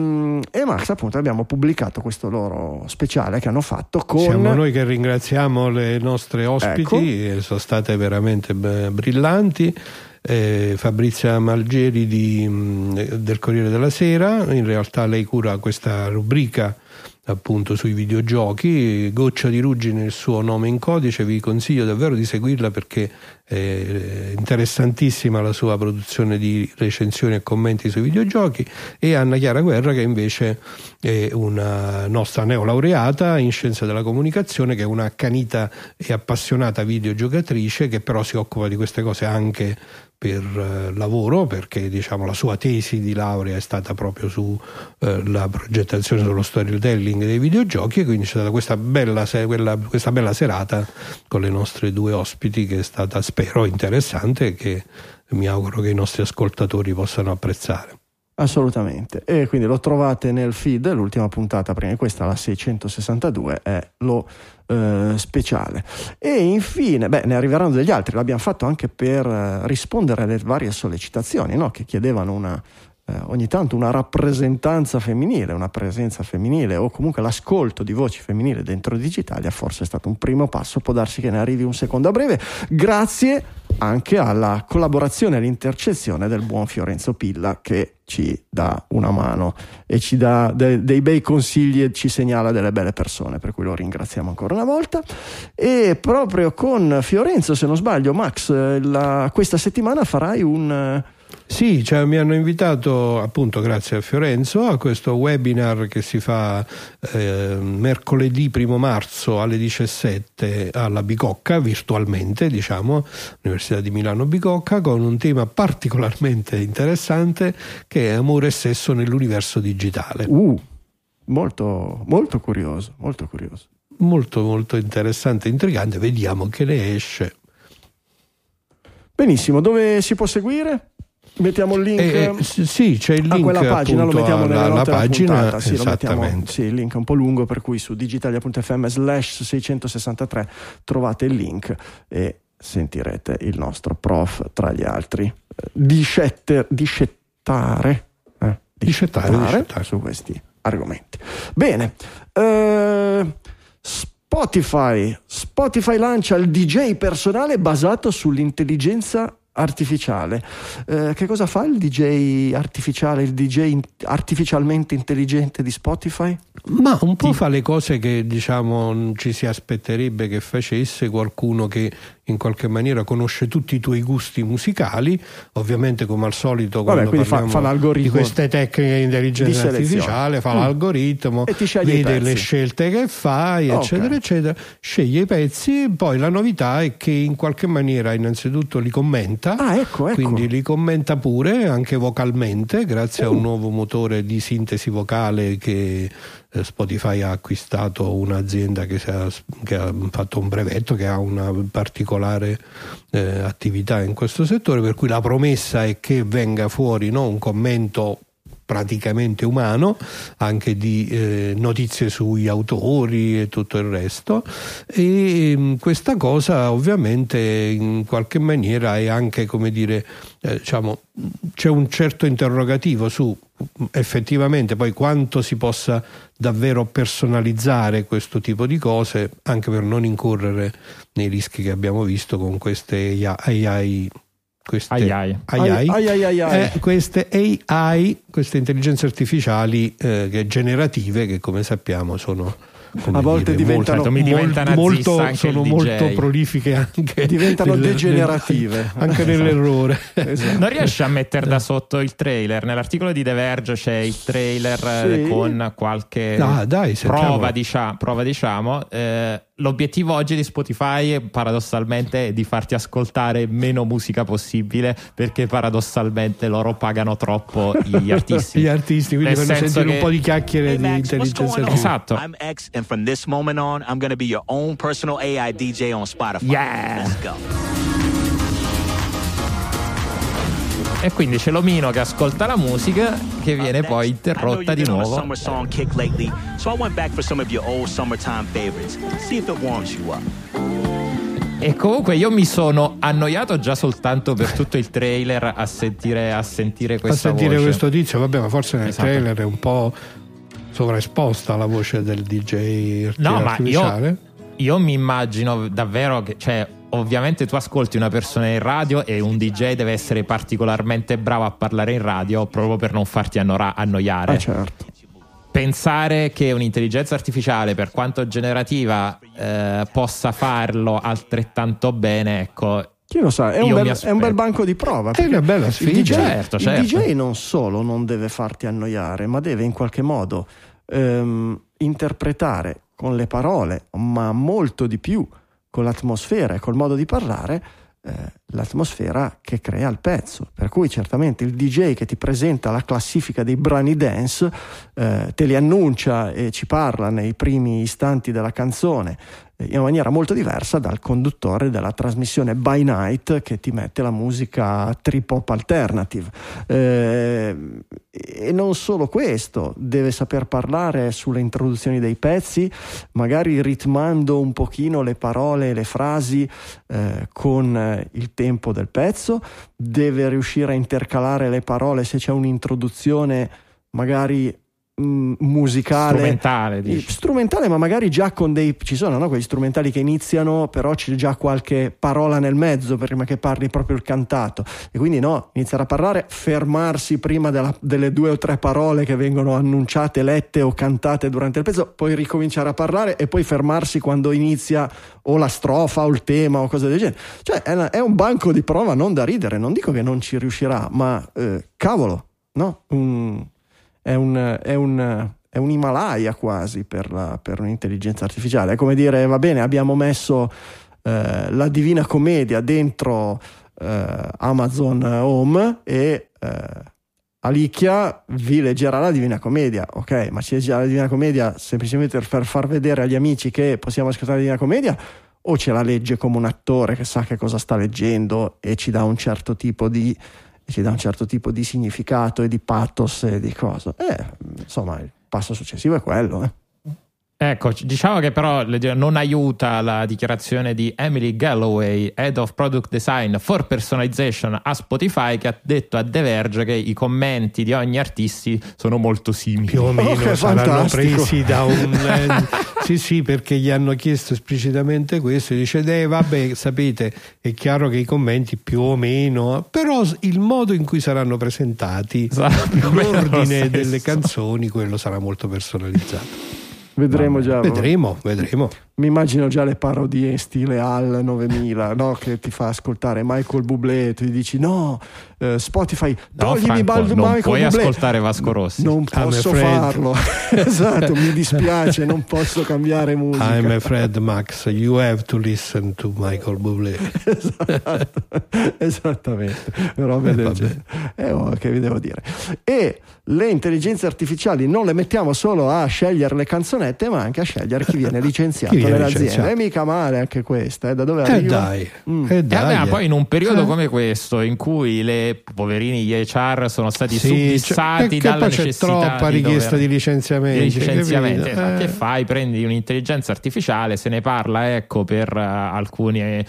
e Max, appunto, abbiamo pubblicato questo loro speciale che hanno fatto con... Siamo noi che ringraziamo le nostre ospiti, ecco. Sono state veramente brillanti. Eh, Fabrizia Malgeri di, del Corriere della Sera, in realtà lei cura questa rubrica appunto sui videogiochi. Goccia di Ruggine, il suo nome in codice, vi consiglio davvero di seguirla perché è interessantissima la sua produzione di recensioni e commenti sui videogiochi, e Anna Chiara Guerra, che invece è una nostra neolaureata in scienze della comunicazione, che è una accanita e appassionata videogiocatrice, che però si occupa di queste cose anche per lavoro, perché diciamo la sua tesi di laurea è stata proprio su eh, la progettazione, sullo storytelling dei videogiochi, e quindi c'è stata questa bella, quella, questa bella serata con le nostre due ospiti, che è stata, spero, interessante, e che mi auguro che i nostri ascoltatori possano apprezzare. Assolutamente, e quindi lo trovate nel feed. L'ultima puntata, prima di questa, la seicentosessantadue, è lo eh, speciale. E infine, beh, ne arriveranno degli altri. L'abbiamo fatto anche per eh, rispondere alle varie sollecitazioni, no? Che chiedevano una eh, ogni tanto una rappresentanza femminile, una presenza femminile, o comunque l'ascolto di voci femminili dentro Digitalia. Forse è stato un primo passo, può darsi che ne arrivi un secondo a breve, grazie anche alla collaborazione e all'intercessione del buon Fiorenzo Pilla, che ci dà una mano e ci dà de- dei bei consigli e ci segnala delle belle persone, per cui lo ringraziamo ancora una volta. E proprio con Fiorenzo, se non sbaglio, Max, la, questa settimana farai un Sì, cioè, mi hanno invitato appunto grazie a Fiorenzo a questo webinar che si fa eh, mercoledì primo marzo alle diciassette alla Bicocca, virtualmente diciamo, Università di Milano Bicocca, con un tema particolarmente interessante che è amore e sesso nell'universo digitale. Uh, molto, molto curioso, molto curioso. Molto molto interessante, intrigante, vediamo che ne esce. Benissimo, dove si può seguire? Mettiamo il link. Eh, sì, c'è il link a quella pagina, lo mettiamo nella alla, note alla pagina, puntata. Sì, lo mettiamo, sì, il link è un po' lungo, per cui su digitalia punto effe emme slash seicentosessantatré trovate il link e sentirete il nostro prof tra gli altri discetter, discettare, eh, discettare, discettare, discettare su questi argomenti. Bene, eh, Spotify Spotify lancia il D J personale basato sull'intelligenza artificiale. Eh, che cosa fa il D J artificiale, il D J in- artificialmente intelligente di Spotify? Ma un po' fa le cose che diciamo ci si aspetterebbe che facesse qualcuno che in qualche maniera conosce tutti i tuoi gusti musicali, ovviamente come al solito quando Vabbè, parliamo fa, fa di queste tecniche di intelligenza di artificiale, fa mm. l'algoritmo, e ti vede le scelte che fai, okay. eccetera eccetera, sceglie i pezzi. Poi la novità è che in qualche maniera innanzitutto li commenta, ah, ecco, ecco. quindi li commenta pure anche vocalmente grazie uh. a un nuovo motore di sintesi vocale che Spotify ha acquistato, un'azienda che, ha, che ha fatto un brevetto, che ha una particolare eh, attività in questo settore, per cui la promessa è che venga fuori, no, un commento praticamente umano anche di eh, notizie sugli autori e tutto il resto, e mh, questa cosa ovviamente in qualche maniera è anche, come dire, eh, diciamo, c'è un certo interrogativo su effettivamente poi quanto si possa davvero personalizzare questo tipo di cose, anche per non incorrere nei rischi che abbiamo visto con queste A I, queste ai ai. A I, ai, ai, ai, ai. Eh, queste A I, queste intelligenze artificiali eh, che generative, che come sappiamo sono, come a volte dire, diventano molto, diventa molto, anche sono molto prolifiche, anche diventano nel, degenerative nel, anche nell'errore. Esatto. Non riesci a mettere da sotto il trailer? Nell'articolo di The Verge c'è il trailer sì. con qualche ah, dai, prova, diciamo, prova diciamo eh, l'obiettivo oggi di Spotify paradossalmente è di farti ascoltare meno musica possibile, perché paradossalmente loro pagano troppo gli artisti gli artisti, quindi fanno sentire che... un po' di chiacchiere hey, di Max, intelligenza artificiale. Esatto. I'm X and from this moment on I'm gonna be your own personal A I D J on Spotify. Yeah. Let's go. E quindi c'è l'omino che ascolta la musica che viene poi interrotta di nuovo. E comunque io mi sono annoiato già soltanto per tutto il trailer a sentire, a sentire questa a sentire voce. questo tizio, vabbè, ma forse nel esatto. trailer è un po' sovraesposta la voce del D J no, artificiale. Ma io, io mi immagino davvero che, cioè, ovviamente tu ascolti una persona in radio e un D J deve essere particolarmente bravo a parlare in radio proprio per non farti annora- annoiare. Ah, certo. Pensare che un'intelligenza artificiale, per quanto generativa, eh, possa farlo altrettanto bene, ecco. Chi lo sa, è un, bel, è un bel banco di prova. È una bella sfida. Il D J, certo, certo. il D J non solo non deve farti annoiare, ma deve in qualche modo ehm, interpretare con le parole, ma molto di più con l'atmosfera e col modo di parlare, eh, l'atmosfera che crea il pezzo. Per cui certamente il D J che ti presenta la classifica dei brani dance, eh, te li annuncia e ci parla nei primi istanti della canzone eh, in maniera molto diversa dal conduttore della trasmissione By Night che ti mette la musica trip hop alternative. Eh, e non solo questo, deve saper parlare sulle introduzioni dei pezzi, magari ritmando un pochino le parole e le frasi eh, con eh, il tempo del pezzo, deve riuscire a intercalare le parole se c'è un'introduzione magari mh, musicale, strumentale, dici. strumentale, ma magari già con dei, ci sono, no, quegli strumentali che iniziano, però c'è già qualche parola nel mezzo prima che parli proprio il cantato, e quindi no, iniziare a parlare, fermarsi prima della, delle due o tre parole che vengono annunciate, lette o cantate durante il pezzo, poi ricominciare a parlare e poi fermarsi quando inizia o la strofa o il tema o cose del genere. Cioè è, una, è un banco di prova non da ridere, non dico che non ci riuscirà, ma eh, cavolo, no? Un, è un è un è un Himalaya quasi per, la, per un'intelligenza artificiale. È come dire, va bene, abbiamo messo eh, la Divina Commedia dentro eh, Amazon Home e eh, Alicchia vi leggerà la Divina Commedia, ok, ma ci leggerà la Divina Commedia semplicemente per far vedere agli amici che possiamo ascoltare la Divina Commedia, o ce la legge come un attore che sa che cosa sta leggendo e ci dà un certo tipo di ci dà un certo tipo di significato e di pathos e di cosa. Eh, insomma, il passo successivo è quello, eh. Ecco, diciamo che però non aiuta la dichiarazione di Emily Galloway, Head of Product Design for Personalization a Spotify, che ha detto a The Verge che i commenti di ogni artisti sono molto simili. Più o meno oh, saranno presi da un... Eh, sì, sì, perché gli hanno chiesto esplicitamente questo, e dice, eh, vabbè, sapete, è chiaro che i commenti più o meno, però il modo in cui saranno presentati, l'ordine delle canzoni, quello sarà molto personalizzato. Vedremo già. Vedremo, vedremo. Mi immagino già le parodie in stile Al novemila, no? Che ti fa ascoltare Michael Bublé e tu gli dici no, eh, Spotify, toglimi no, Franco, Michael non Bublé. puoi ascoltare Vasco Rossi. Non posso farlo. Esatto, mi dispiace, non posso cambiare musica. I'm afraid, Max, you have to listen to Michael Bublé. Esatto, esattamente. Però vedete, eh, oh, che vi devo dire. E le intelligenze artificiali non le mettiamo solo a scegliere le canzonette, ma anche a scegliere chi viene licenziato nelle aziende. È mica male anche questa, eh? Da dove arriva? Eh dai, mm. eh dai. E vabbè, poi in un periodo eh. come questo, in cui le poverini gli H R sono stati sì, subissati cioè, dalla c'è necessità troppa di richiesta dover... di licenziamenti, di licenziamenti. Eh. Ma che fai? Prendi un'intelligenza artificiale, se ne parla, ecco, per uh, alcuni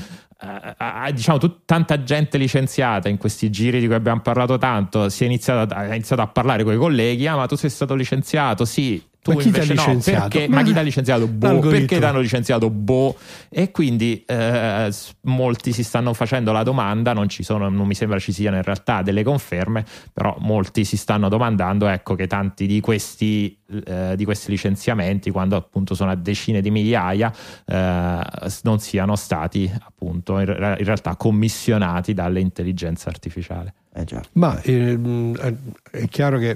Uh, diciamo tut- tanta gente licenziata in questi giri di cui abbiamo parlato tanto, si è iniziato a, ha iniziato a parlare con i colleghi, ah ma tu sei stato licenziato, sì, tu ma chi invece t'ha no, licenziato? perché, ma, ma chi t'ha licenziato? Boh, perché t'hanno licenziato? Boh. E quindi eh, molti si stanno facendo la domanda, non ci sono, non mi sembra ci siano in realtà delle conferme, però molti si stanno domandando, ecco, che tanti di questi eh, di questi licenziamenti, quando appunto sono a decine di migliaia, eh, non siano stati appunto in, in realtà commissionati dalle intelligenze artificiali. Eh già. Ma eh, è chiaro che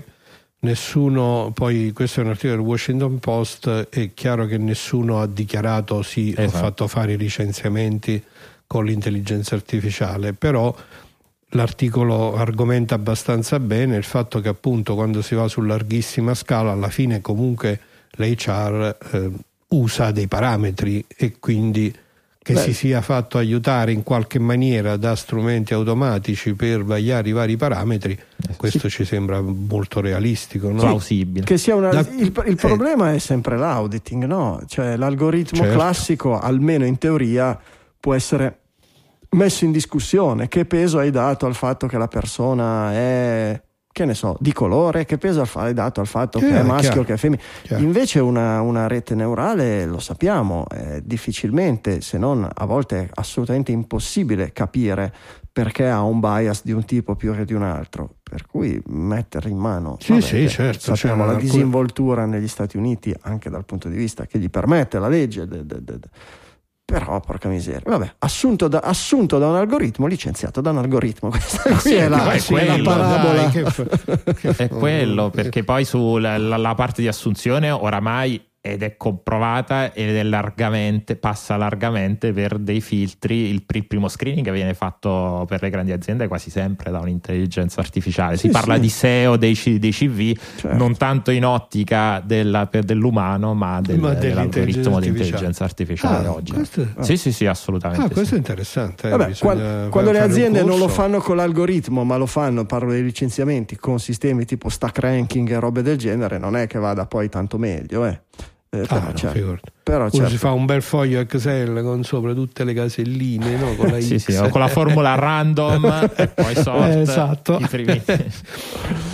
nessuno, poi questo è un articolo del Washington Post, è chiaro che nessuno ha dichiarato sì, esatto, ho fatto fare i licenziamenti con l'intelligenza artificiale, però l'articolo argomenta abbastanza bene il fatto che appunto quando si va su larghissima scala alla fine comunque l'H R eh, usa dei parametri, e quindi che Beh. si sia fatto aiutare in qualche maniera da strumenti automatici per vagliare i vari parametri, eh, questo sì, ci sembra molto realistico, no? Plausibile. Che sia una, da, il, il eh. problema è sempre l'auditing, no? Cioè l'algoritmo certo. classico, almeno in teoria, può essere messo in discussione. Che peso hai dato al fatto che la persona è, che ne so, di colore? Che peso hai dato al fatto chiaro, che è maschio chiaro, che è femmina? Chiaro. Invece una, una rete neurale, lo sappiamo, è difficilmente, se non a volte è assolutamente impossibile capire perché ha un bias di un tipo più che di un altro, per cui mettere in mano sì, vabbè, sì, certo, sappiamo cioè, la disinvoltura negli Stati Uniti anche dal punto di vista che gli permette la legge de, de, de, de. Però porca miseria, vabbè, assunto da, assunto da un algoritmo, licenziato da un algoritmo. Questa qui sì, è, la, è, quello, è la parabola. Dai, che, che è quello, perché poi sulla la, la parte di assunzione oramai ed è comprovata ed è largamente, passa largamente per dei filtri. Il, il primo screening che viene fatto per le grandi aziende quasi sempre da un'intelligenza artificiale. Si sì, parla sì. di S E O dei, dei C V, certo, non tanto in ottica della, per dell'umano, ma, del, ma dell'algoritmo di intelligenza artificiale ah, oggi. Questo... Sì, sì, sì, assolutamente. Ah, questo sì. è interessante. Eh, Vabbè, quando, quando le aziende non lo fanno con l'algoritmo, ma lo fanno, parlo dei licenziamenti, con sistemi tipo stack ranking e robe del genere, non è che vada poi tanto meglio, eh. Eh, però, ah, no, certo. però certo. si fa un bel foglio Excel con sopra tutte le caselline, no? Con la sì, X. sì, con la formula random e poi sort eh, esatto. i primi.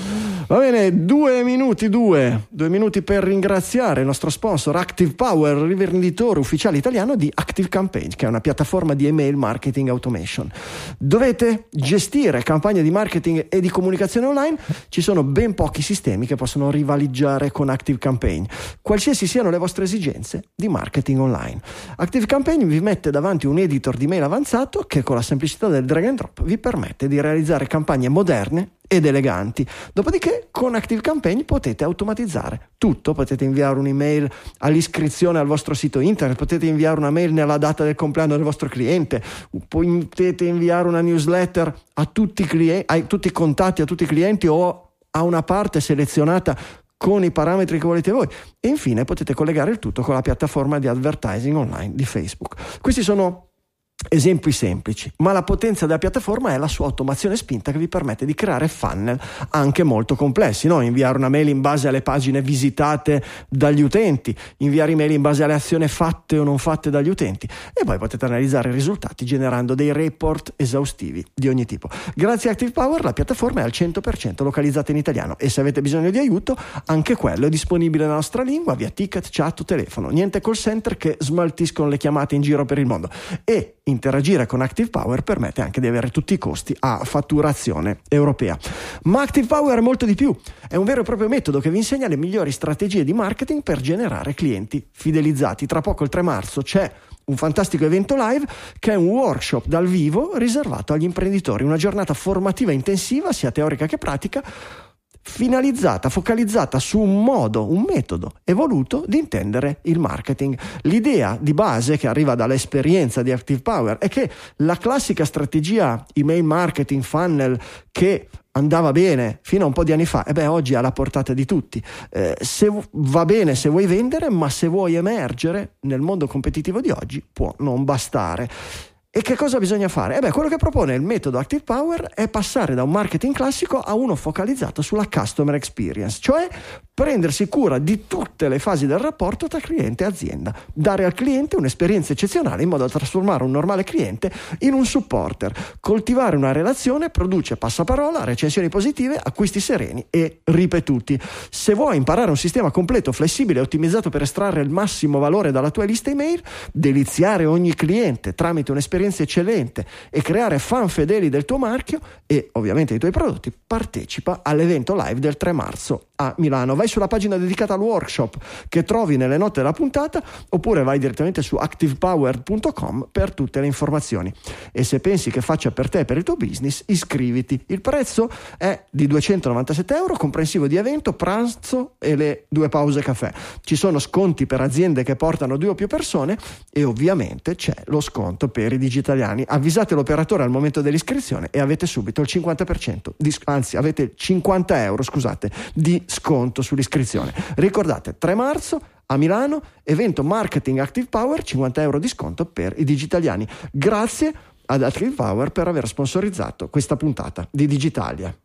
Va bene, due minuti, due, due minuti per ringraziare il nostro sponsor Active Power, rivenditore ufficiale italiano di Active Campaign, che è una piattaforma di email marketing automation. Dovete gestire campagne di marketing e di comunicazione online? Ci sono ben pochi sistemi che possono rivaleggiare con Active Campaign, qualsiasi siano le vostre esigenze di marketing online. Active Campaign vi mette davanti un editor di mail avanzato che con la semplicità del drag and drop vi permette di realizzare campagne moderne ed eleganti. Dopodiché con Active Campaign potete automatizzare tutto, potete inviare un'email all'iscrizione al vostro sito internet, potete inviare una mail nella data del compleanno del vostro cliente, potete inviare una newsletter a tutti i clienti, a tutti i contatti, a tutti i clienti o a una parte selezionata con i parametri che volete voi, e infine potete collegare il tutto con la piattaforma di advertising online di Facebook. Questi sono esempi semplici, ma la potenza della piattaforma è la sua automazione spinta che vi permette di creare funnel anche molto complessi, no? Inviare una mail in base alle pagine visitate dagli utenti, inviare email in base alle azioni fatte o non fatte dagli utenti, e poi potete analizzare i risultati generando dei report esaustivi di ogni tipo. Grazie a Active Power la piattaforma è al cento per cento localizzata in italiano, e se avete bisogno di aiuto anche quello è disponibile nella nostra lingua via ticket, chat o telefono. Niente call center che smaltiscono le chiamate in giro per il mondo, e interagire con Active Power permette anche di avere tutti i costi a fatturazione europea. Ma Active Power è molto di più, è un vero e proprio metodo che vi insegna le migliori strategie di marketing per generare clienti fidelizzati. Tra poco, il tre marzo, c'è un fantastico evento live che è un workshop dal vivo riservato agli imprenditori, una giornata formativa intensiva sia teorica che pratica, finalizzata, focalizzata su un modo, un metodo evoluto di intendere il marketing. L'idea di base che arriva dall'esperienza di Active Power è che la classica strategia email marketing funnel che andava bene fino a un po' di anni fa, e beh, oggi è alla portata di tutti. Eh, se va bene se vuoi vendere, ma se vuoi emergere nel mondo competitivo di oggi può non bastare. E che cosa bisogna fare? Eh beh, quello che propone il metodo Active Power è passare da un marketing classico a uno focalizzato sulla customer experience, cioè prendersi cura di tutte le fasi del rapporto tra cliente e azienda, dare al cliente un'esperienza eccezionale in modo da trasformare un normale cliente in un supporter. Coltivare una relazione produce passaparola, recensioni positive, acquisti sereni e ripetuti. Se vuoi imparare un sistema completo, flessibile e ottimizzato per estrarre il massimo valore dalla tua lista email, deliziare ogni cliente tramite un'esperienza eccellente e creare fan fedeli del tuo marchio e ovviamente dei tuoi prodotti, partecipa all'evento live del tre marzo a Milano. Vai sulla pagina dedicata al workshop che trovi nelle note della puntata, oppure vai direttamente su active power punto com per tutte le informazioni. E se pensi che faccia per te e per il tuo business, iscriviti. Il prezzo è di duecentonovantasette euro, comprensivo di evento, pranzo e le due pause caffè. Ci sono sconti per aziende che portano due o più persone e ovviamente c'è lo sconto per i digitaliani. Avvisate l'operatore al momento dell'iscrizione e avete subito il cinquanta per cento di, anzi avete cinquanta euro scusate di sconto sull'iscrizione. Ricordate, tre marzo a Milano, evento marketing Active Power, cinquanta euro di sconto per i digitaliani. Grazie ad Active Power per aver sponsorizzato questa puntata di Digitalia.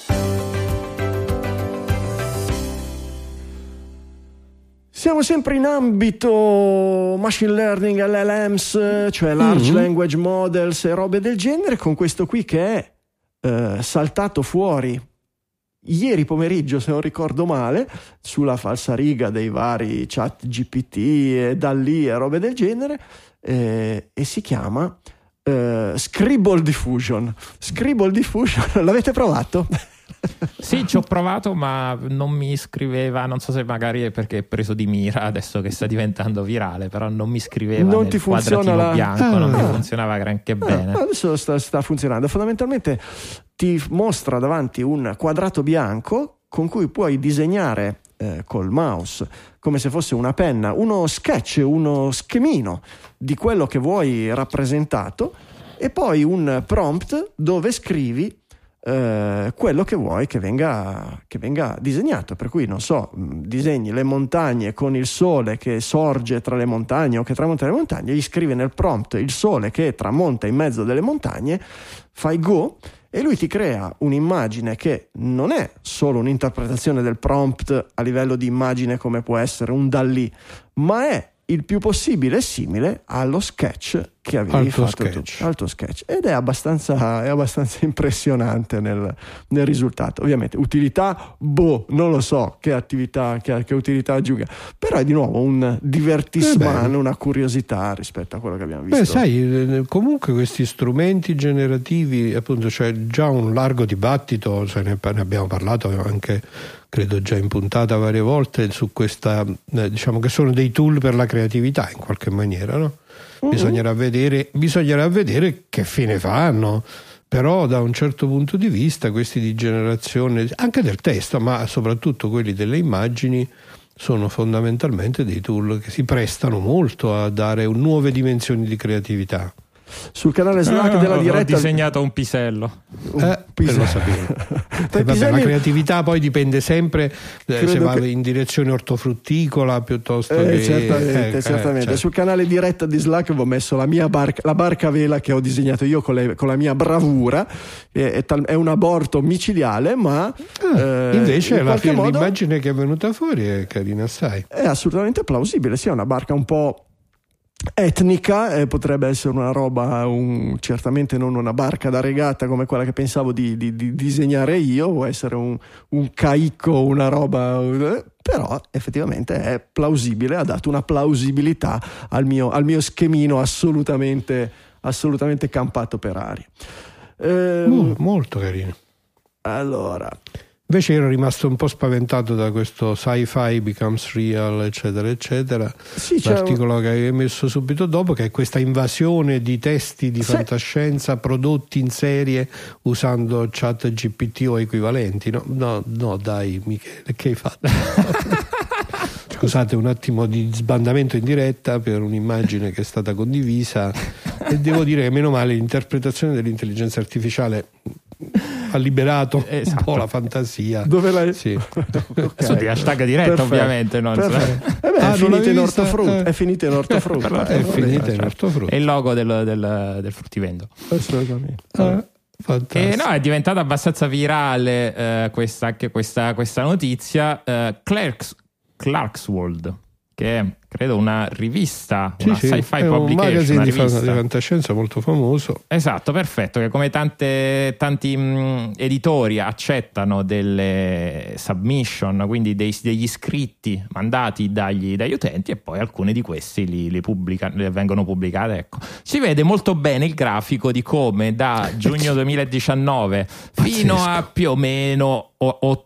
Siamo sempre in ambito machine learning, L L Ms, cioè large mm-hmm. language models e robe del genere, con questo qui che è eh, saltato fuori ieri pomeriggio, se non ricordo male, sulla falsariga dei vari chat G P T e da lì e robe del genere, eh, e si chiama eh, Scribble Diffusion. Scribble Diffusion, l'avete provato? Sì, ci ho provato, ma non mi iscriveva. Non so se magari è perché è preso di mira adesso che sta diventando virale, però non mi iscriveva non nel ti quadratino la... bianco, ah, non mi funzionava granché bene. Ah, adesso sta, sta funzionando. Fondamentalmente ti mostra davanti un quadrato bianco con cui puoi disegnare eh, col mouse, come se fosse una penna, uno sketch, uno schemino di quello che vuoi rappresentato, e poi un prompt dove scrivi Uh, quello che vuoi che venga, che venga disegnato. Per cui, non so, disegni le montagne con il sole che sorge tra le montagne o che tramonta le montagne, gli scrivi nel prompt il sole che tramonta in mezzo delle montagne, fai go e lui ti crea un'immagine che non è solo un'interpretazione del prompt a livello di immagine come può essere un Dalì, ma è il più possibile simile allo sketch che avevi Alto fatto sketch. tu, alto sketch, ed è abbastanza, è abbastanza impressionante nel, nel risultato. Ovviamente utilità, boh, non lo so che attività, che, che utilità aggiunga, però è di nuovo un divertissement, una curiosità rispetto a quello che abbiamo visto. Beh, sai, comunque questi strumenti generativi, appunto, c'è già un largo dibattito, se ne, ne abbiamo parlato anche, credo già in puntata varie volte, su questa, eh, diciamo che sono dei tool per la creatività in qualche maniera, no? Bisognerà vedere, bisognerà vedere che fine fanno, però da un certo punto di vista questi di generazione anche del testo, ma soprattutto quelli delle immagini, sono fondamentalmente dei tool che si prestano molto a dare nuove dimensioni di creatività. Sul canale Slack ah, della diretta ho disegnato un pisello. Eh, pisello. Lo sapevo. eh, vabbè, la creatività poi dipende sempre eh, se va che... in direzione ortofrutticola piuttosto eh, che certamente, eh, certamente. Eh, certo. Sul canale diretta di Slack avevo messo la mia barca, la barca a vela che ho disegnato io con, le, con la mia bravura. È, è, tal, è un aborto micidiale, ma ah, eh, invece in la, modo, l'immagine che è venuta fuori è carina assai. È assolutamente plausibile. Sia una barca un po' etnica, eh, potrebbe essere una roba, un, certamente non una barca da regata come quella che pensavo di, di, di disegnare io, può essere un, un caicco, una roba, eh, però effettivamente è plausibile, ha dato una plausibilità al mio, al mio schemino assolutamente, assolutamente campato per aria. Eh, uh, molto carino. Allora, invece ero rimasto un po' spaventato da questo sci-fi becomes real, eccetera eccetera. Sì, l'articolo che avevi messo subito dopo, che è questa invasione di testi di sì. fantascienza prodotti in serie usando chat G P T o equivalenti. No, no, no dai Michele, che hai fatto? Scusate un attimo di sbandamento in diretta per un'immagine che è stata condivisa, e devo dire che meno male l'interpretazione dell'intelligenza artificiale ha liberato esatto. un po' la fantasia. Dove l'hai? Sì. Okay. Su di hashtag diretta, perfetto, ovviamente. Non eh beh, ah, è, finita in vista, ortofrutta, eh. è finita in ortofrutta. È finita in ortofrutta. È il logo del, del, del fruttivendolo. Assolutamente. Ah, e no, è diventata abbastanza virale eh, questa, anche questa, questa notizia. Eh, Clarks, Clarksworld, che è credo una rivista, sì, una sì, sci-fi è publication, un magazine una di, rivista. di fantascienza molto famoso. Esatto, perfetto, che come tante, tanti mh, editori accettano delle submission, quindi dei, degli scritti mandati dagli, dagli utenti, e poi alcuni di questi li, li, pubblica, li vengono pubblicati. Ecco. Si vede molto bene il grafico di come da giugno duemiladiciannove fino a più o meno o, o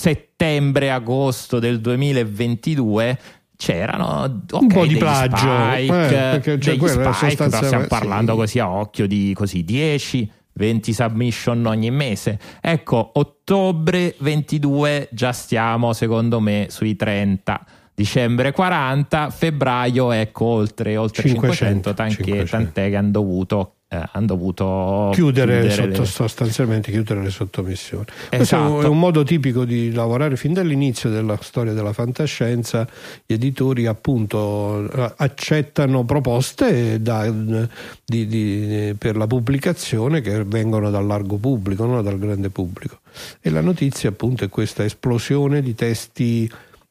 settembre-agosto del duemilaventidue c'erano okay, un po' di degli plagio, spike, eh, cioè, degli spike, però stiamo sì. parlando così a occhio di così dieci venti submission ogni mese. Ecco, ottobre ventidue già stiamo secondo me sui trenta, dicembre quaranta, febbraio ecco oltre, oltre cinquecento, tant'è, cinquecento. Tant'è che hanno dovuto Eh, hanno dovuto chiudere, chiudere sotto, le... sostanzialmente chiudere le sottomissioni. Esatto. Questo è un modo tipico di lavorare fin dall'inizio della storia della fantascienza. Gli editori appunto accettano proposte da, di, di, per la pubblicazione che vengono dal largo pubblico, non dal grande pubblico, e la notizia appunto è questa esplosione di testi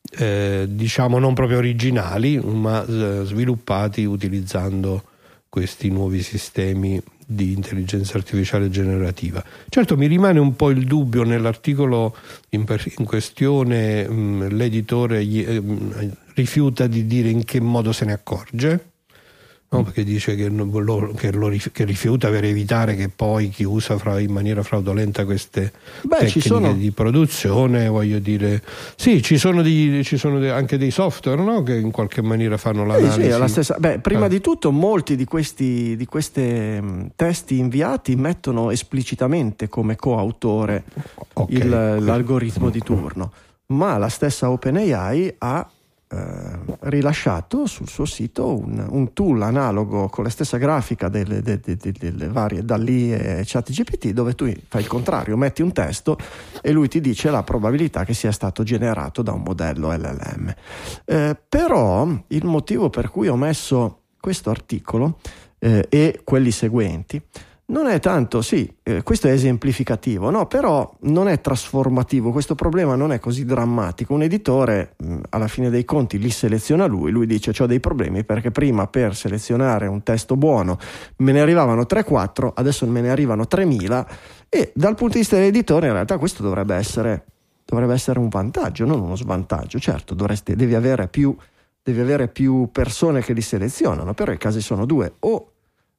eh, diciamo non proprio originali, ma eh, sviluppati utilizzando questi nuovi sistemi di intelligenza artificiale generativa. Certo, mi rimane un po' il dubbio nell'articolo in, in questione, mh, l'editore gli, eh, rifiuta di dire in che modo se ne accorge, no? Perché dice che, lo, che, lo, che rifiuta per evitare che poi chi usa fra, in maniera fraudolenta queste Beh, tecniche ci sono... di produzione, voglio dire, sì, ci sono, di, ci sono de, anche dei software, no? Che in qualche maniera fanno l'analisi. Sì, sì, la stessa. Beh, prima eh. di tutto molti di questi di queste mh, testi inviati mettono esplicitamente come coautore okay. il, l'algoritmo di turno, ma la stessa OpenAI ha Eh, rilasciato sul suo sito un, un tool analogo con la stessa grafica delle, delle, delle, delle varie Dalli e ChatGPT, dove tu fai il contrario, metti un testo e lui ti dice la probabilità che sia stato generato da un modello L L M. Eh, però il motivo per cui ho messo questo articolo eh, e quelli seguenti Non è tanto, sì, eh, questo è esemplificativo, no? Però non è trasformativo, questo problema non è così drammatico. Un editore mh, alla fine dei conti li seleziona lui, lui dice c'ho dei problemi perché prima per selezionare un testo buono me ne arrivavano tre quattro, adesso me ne arrivano tremila, e dal punto di vista dell'editore in realtà questo dovrebbe essere, dovrebbe essere un vantaggio, non uno svantaggio. Certo, dovresti, devi avere più, devi avere più persone che li selezionano, però i casi sono due: o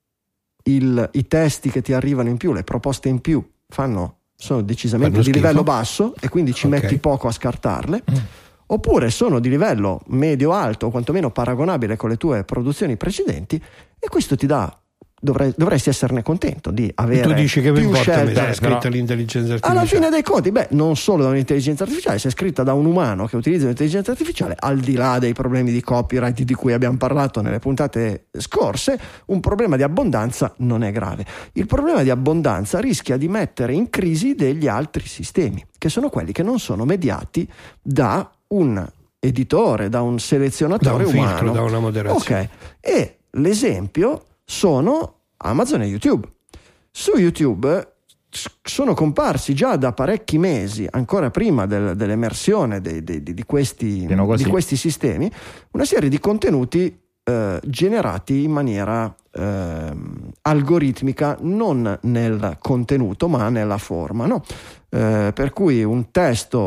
Il, i testi che ti arrivano in più, le proposte in più fanno, sono decisamente fanno di schifo. livello basso e quindi ci Okay. metti poco a scartarle, Mm. oppure sono di livello medio-alto o quantomeno paragonabile con le tue produzioni precedenti, e questo ti dà, dovrei, dovresti esserne contento di avere Tu dici che mi più importa scelte. mettere scritta però- l'intelligenza artificiale? Alla fine dei conti, beh, non solo da un'intelligenza artificiale, se è scritta da un umano che utilizza un'intelligenza artificiale, al di là dei problemi di copyright di cui abbiamo parlato nelle puntate scorse, un problema di abbondanza non è grave. Il problema di abbondanza rischia di mettere in crisi degli altri sistemi, che sono quelli che non sono mediati da un editore, da un selezionatore Da un umano. filtro, da una moderazione. Ok, e l'esempio sono Amazon e YouTube. Su YouTube sono comparsi già da parecchi mesi, ancora prima del, dell'emersione dei, dei, di, questi, di questi sistemi, una serie di contenuti eh, generati in maniera eh, algoritmica, non nel contenuto ma nella forma, no? Eh, per cui un testo,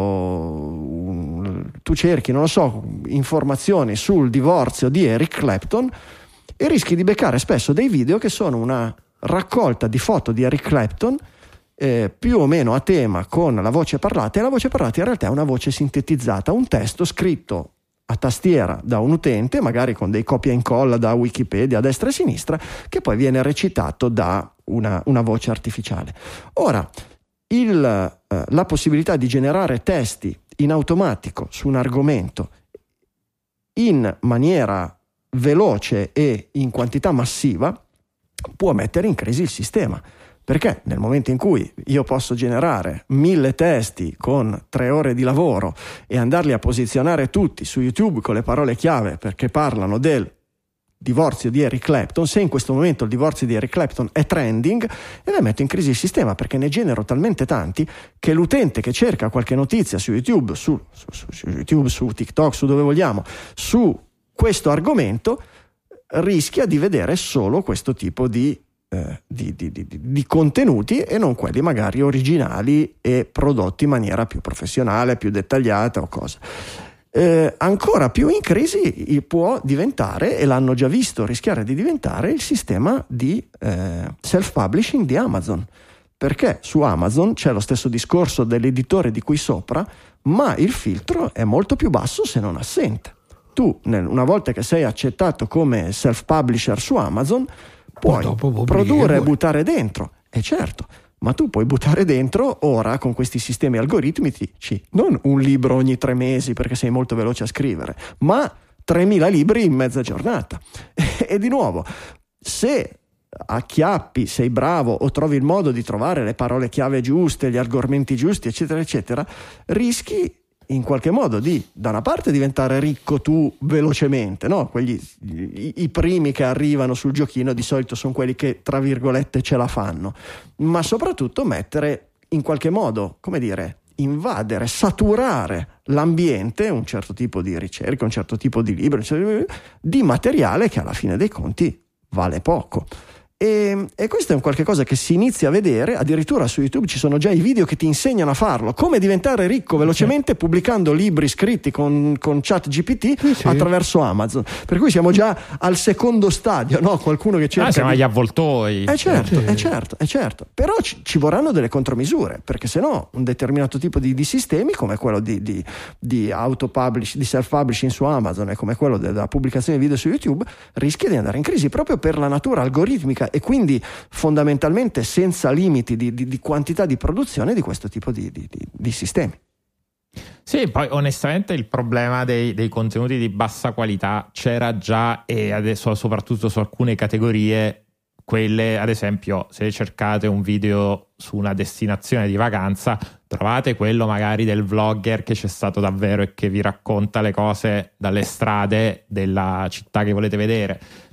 un, tu cerchi, non lo so, informazioni sul divorzio di Eric Clapton e rischi di beccare spesso dei video che sono una raccolta di foto di Eric Clapton eh, più o meno a tema con la voce parlata, e la voce parlata in realtà è una voce sintetizzata, un testo scritto a tastiera da un utente, magari con dei copia e incolla da Wikipedia a destra e a sinistra, che poi viene recitato da una, una voce artificiale. Ora, il, eh, la possibilità di generare testi in automatico su un argomento in maniera veloce e in quantità massiva può mettere in crisi il sistema, perché nel momento in cui io posso generare mille testi con tre ore di lavoro e andarli a posizionare tutti su YouTube con le parole chiave perché parlano del divorzio di Eric Clapton, se in questo momento il divorzio di Eric Clapton è trending, e me metto in crisi il sistema, perché ne genero talmente tanti che l'utente che cerca qualche notizia su YouTube, su, su, su, su YouTube, su TikTok, su dove vogliamo, su questo argomento, rischia di vedere solo questo tipo di, eh, di, di, di, di contenuti e non quelli magari originali e prodotti in maniera più professionale, più dettagliata o cosa. Eh, ancora più in crisi può diventare, e l'hanno già visto rischiare di diventare, il sistema di eh, self-publishing di Amazon, perché su Amazon c'è lo stesso discorso dell'editore di qui sopra, ma il filtro è molto più basso se non assente. Tu, una volta che sei accettato come self-publisher su Amazon, puoi produrre e buttare dentro, e certo, ma tu puoi buttare dentro ora con questi sistemi algoritmici non un libro ogni tre mesi perché sei molto veloce a scrivere, ma tremila libri in mezza giornata. E di nuovo, se acchiappi, sei bravo o trovi il modo di trovare le parole chiave giuste, gli argomenti giusti, eccetera eccetera, rischi in qualche modo di, da una parte, diventare ricco tu velocemente, no? Quegli, i, i primi che arrivano sul giochino di solito sono quelli che, tra virgolette, ce la fanno, ma soprattutto mettere in qualche modo, come dire, invadere, saturare l'ambiente, un certo tipo di ricerca, un certo tipo di libro, di materiale che alla fine dei conti vale poco. E, e questo è un qualche cosa che si inizia a vedere, addirittura su YouTube ci sono già i video che ti insegnano a farlo, come diventare ricco velocemente, sì, pubblicando libri scritti con, con ChatGPT, sì, sì, attraverso Amazon. Per cui siamo già al secondo stadio, no? Qualcuno che cerca, ah, siamo di... agli avvoltoi. È certo, sì. è certo, è certo. Però ci, ci vorranno delle contromisure, perché sennò un determinato tipo di, di sistemi, come quello di, di, di auto-publish, di self-publishing su Amazon e come quello della pubblicazione di video su YouTube, rischia di andare in crisi proprio per la natura algoritmica e quindi fondamentalmente senza limiti di, di, di quantità di produzione di questo tipo di, di, di, di sistemi. Sì, poi onestamente il problema dei, dei contenuti di bassa qualità c'era già, e adesso soprattutto su alcune categorie, quelle ad esempio se cercate un video su una destinazione di vacanza trovate quello magari del vlogger che c'è stato davvero e che vi racconta le cose dalle strade della città che volete vedere.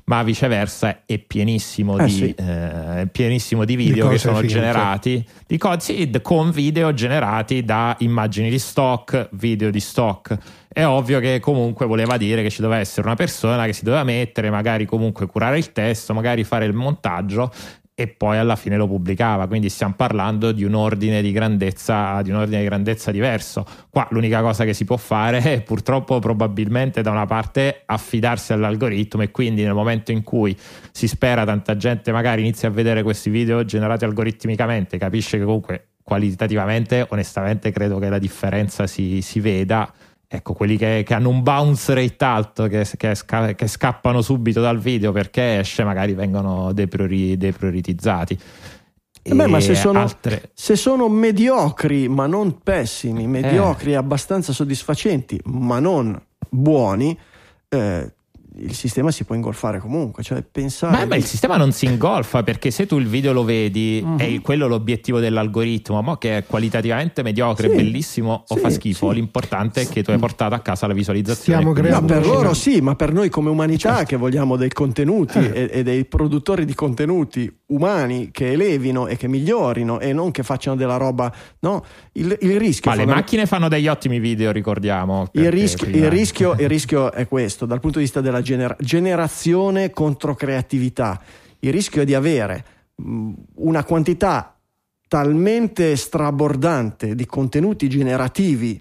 ma viceversa è pienissimo, eh di, sì. eh, pienissimo di video di che sono finte. generati di cose, con video generati da immagini di stock, video di stock. È ovvio che comunque voleva dire che ci doveva essere una persona che si doveva mettere, magari comunque curare il testo, magari fare il montaggio, e poi alla fine lo pubblicava. Quindi stiamo parlando di un ordine di grandezza di un ordine di grandezza diverso. Qua l'unica cosa che si può fare è purtroppo probabilmente da una parte affidarsi all'algoritmo, e quindi nel momento in cui si spera tanta gente magari inizia a vedere questi video generati algoritmicamente, capisce che comunque qualitativamente onestamente credo che la differenza si, si veda. Ecco, quelli che, che hanno un bounce rate alto, che, che, sca- che scappano subito dal video perché esce, magari vengono depriori- deprioritizzati. Eh beh, ma se sono, altre... se sono mediocri ma non pessimi, mediocri eh. abbastanza soddisfacenti ma non buoni, eh, il sistema si può ingolfare comunque, cioè pensare ma, ma il sistema non si ingolfa, perché se tu il video lo vedi, mm-hmm. è quello l'obiettivo dell'algoritmo, ma che è qualitativamente mediocre, sì, bellissimo o sì, fa schifo, sì. l'importante è che tu hai portato a casa la visualizzazione. Stiamo creando no, per loro sì, ma per noi come umanità, certo, che vogliamo dei contenuti eh. e, e dei produttori di contenuti umani che elevino e che migliorino e non che facciano della roba, no? Il, il rischio ma le fondament- macchine fanno degli ottimi video, ricordiamo. Il rischio, prima... il, rischio, il rischio è questo, dal punto di vista della gener- generazione contro creatività. Il rischio è di avere mh, una quantità talmente strabordante di contenuti generativi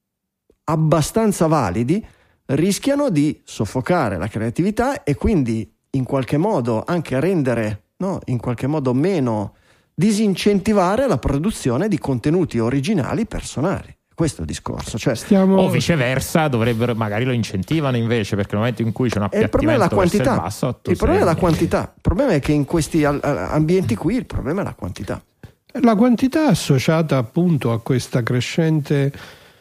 abbastanza validi, rischiano di soffocare la creatività e quindi in qualche modo anche rendere, no, in qualche modo meno, disincentivare la produzione di contenuti originali personali. Questo è il discorso, cioè, Stiamo... o viceversa, dovrebbero, magari lo incentivano invece, perché nel momento in cui c'è un appiattimento verso il basso, il problema è la quantità. Il problema è che in questi ambienti qui il problema è la quantità. La quantità associata appunto a questa crescente,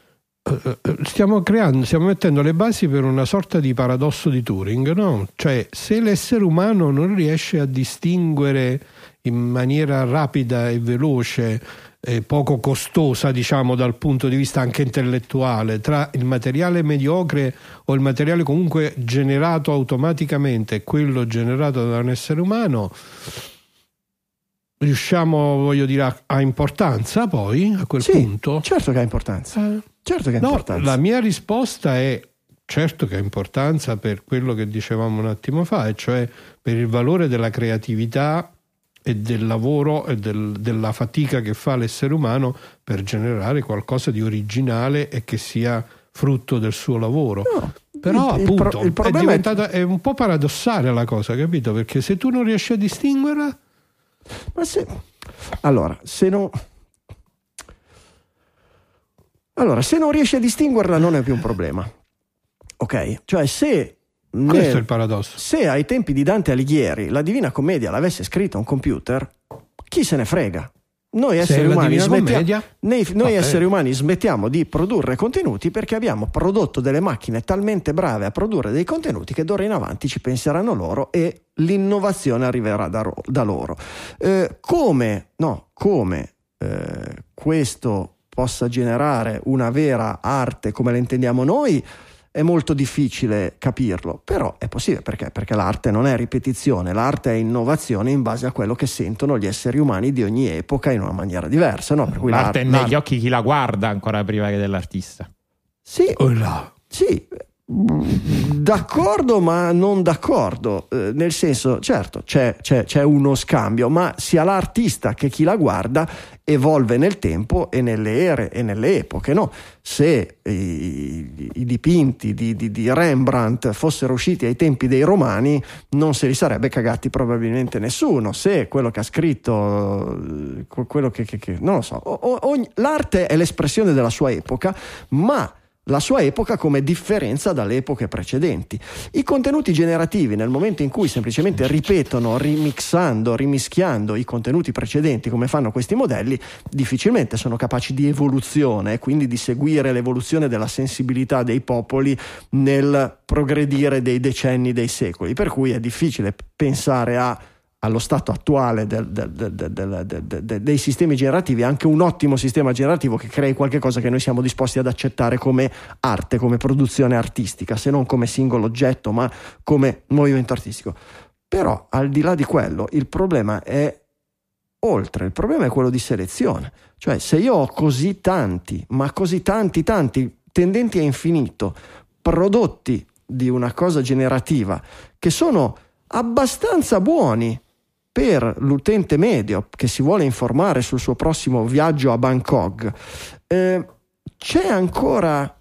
stiamo creando, stiamo mettendo le basi per una sorta di paradosso di Turing, no? Cioè, se l'essere umano non riesce a distinguere in maniera rapida e veloce e poco costosa, diciamo dal punto di vista anche intellettuale, tra il materiale mediocre o il materiale comunque generato automaticamente e quello generato da un essere umano, riusciamo, voglio dire, a, a importanza poi a quel sì, punto? Certo che ha importanza. Eh, certo che ha no, importanza. La mia risposta è certo che ha importanza per quello che dicevamo un attimo fa, e cioè per il valore della creatività e del lavoro e del, della fatica che fa l'essere umano per generare qualcosa di originale e che sia frutto del suo lavoro. No, però il, appunto il pro, il problema è diventata è... è un po' paradossale la cosa, capito? Perché se tu non riesci a distinguerla, ma se allora se non allora se non riesci a distinguerla non è più un problema, ok? Cioè se questo ne... è il paradosso. Se ai tempi di Dante Alighieri la Divina Commedia l'avesse scritta un computer, chi se ne frega? Noi esseri umani smettiamo, noi, noi esseri umani smettiamo di produrre contenuti perché abbiamo prodotto delle macchine talmente brave a produrre dei contenuti che d'ora in avanti ci penseranno loro e l'innovazione arriverà da, da loro. Eh, come no, come eh, questo possa generare una vera arte come la intendiamo noi è molto difficile capirlo, però è possibile. Perché? Perché l'arte non è ripetizione, l'arte è innovazione in base a quello che sentono gli esseri umani di ogni epoca in una maniera diversa, no? Per cui l'arte, l'arte è negli l'arte... occhi chi la guarda ancora prima che dell'artista. Sì, oh là. sì, d'accordo ma non d'accordo, eh, nel senso, certo c'è, c'è, c'è uno scambio, ma sia l'artista che chi la guarda evolve nel tempo e nelle ere e nelle epoche, no? Se i, i dipinti di, di, di Rembrandt fossero usciti ai tempi dei Romani non se li sarebbe cagati probabilmente nessuno. Se quello che ha scritto, quello che, che, che non lo so, o, ogni, l'arte è l'espressione della sua epoca, ma la sua epoca come differenza dalle epoche precedenti. I contenuti generativi, nel momento in cui semplicemente ripetono, remixando, rimischiando i contenuti precedenti come fanno questi modelli, difficilmente sono capaci di evoluzione e quindi di seguire l'evoluzione della sensibilità dei popoli nel progredire dei decenni, dei secoli, per cui è difficile pensare a allo stato attuale del, del, del, del, del, del, dei sistemi generativi, anche un ottimo sistema generativo che crei qualche cosa che noi siamo disposti ad accettare come arte, come produzione artistica, se non come singolo oggetto, ma come movimento artistico. Però al di là di quello, il problema è oltre, il problema è quello di selezione. Cioè, se io ho così tanti, ma così tanti, tanti, tendenti a infinito, prodotti di una cosa generativa che sono abbastanza buoni per l'utente medio che si vuole informare sul suo prossimo viaggio a Bangkok, eh, c'è ancora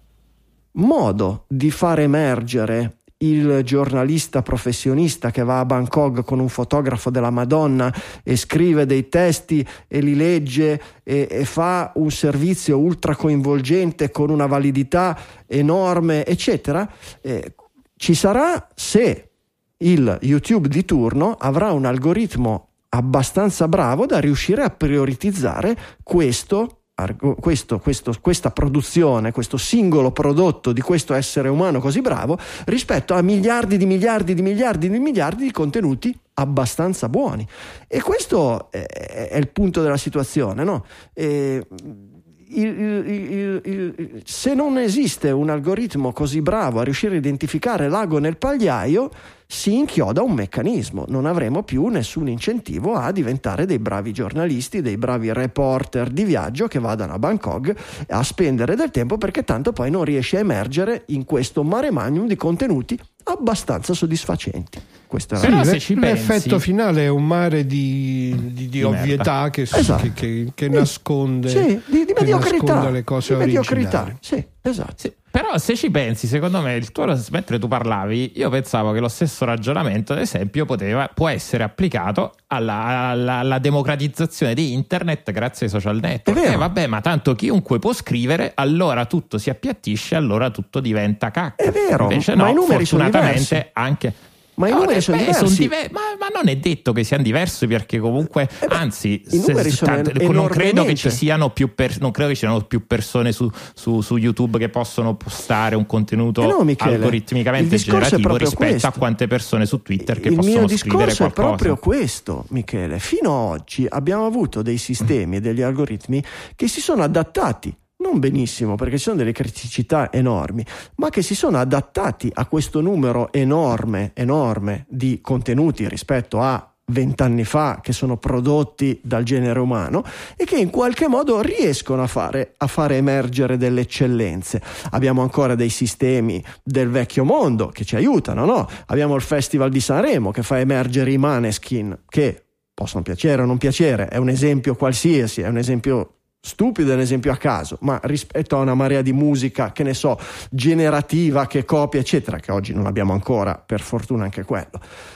modo di far emergere il giornalista professionista che va a Bangkok con un fotografo della Madonna e scrive dei testi e li legge e, e fa un servizio ultra coinvolgente con una validità enorme, eccetera? Eh, ci sarà se il YouTube di turno avrà un algoritmo abbastanza bravo da riuscire a prioritizzare questo, questo, questo, questa produzione, questo singolo prodotto di questo essere umano così bravo rispetto a miliardi di miliardi di miliardi di miliardi di contenuti abbastanza buoni. E questo è, è il punto della situazione, no? E, Il, il, il, il, se non esiste un algoritmo così bravo a riuscire a identificare l'ago nel pagliaio, si inchioda un meccanismo, non avremo più nessun incentivo a diventare dei bravi giornalisti, dei bravi reporter di viaggio che vadano a Bangkok a spendere del tempo, perché tanto poi non riesce a emergere in questo mare magnum di contenuti abbastanza soddisfacenti. Questo sì, era se ci l'effetto pensi, finale è un mare di, di, di, di ovvietà che, esatto. che, che, che nasconde, sì, di, di mediocrità, le cose di mediocrità. originali. Sì, esatto. Sì, però se ci pensi, secondo me, il tuo, mentre tu parlavi, io pensavo che lo stesso ragionamento, ad esempio, poteva, può essere applicato alla, alla, alla democratizzazione di internet grazie ai social network. Eh, vabbè, ma tanto chiunque può scrivere, allora tutto si appiattisce, allora tutto diventa cacca. È vero, invece ma no, i numeri fortunatamente sono anche... Ma i numeri sono beh, diversi. Sono diver- ma, ma non è detto che siano diversi, perché comunque, eh beh, anzi, i numeri se, sono tanto, enormemente. non credo che ci siano più per- non credo che ci siano più persone su, su, su YouTube che possono postare un contenuto eh no, Michele, algoritmicamente generativo rispetto questo. a quante persone su Twitter che il possono scrivere qualcosa. Il mio discorso è proprio questo, Michele. Fino ad oggi abbiamo avuto dei sistemi e degli algoritmi che si sono adattati, non benissimo perché ci sono delle criticità enormi, ma che si sono adattati a questo numero enorme, enorme di contenuti rispetto a vent'anni fa che sono prodotti dal genere umano e che in qualche modo riescono a fare, a fare emergere delle eccellenze. Abbiamo ancora dei sistemi del vecchio mondo che ci aiutano, no? Abbiamo il Festival di Sanremo che fa emergere i Maneskin, che possono piacere o non piacere, è un esempio qualsiasi, è un esempio stupido, è un esempio a caso, ma rispetto a una marea di musica, che ne so, generativa, che copia, eccetera, che oggi non abbiamo ancora, per fortuna anche quello,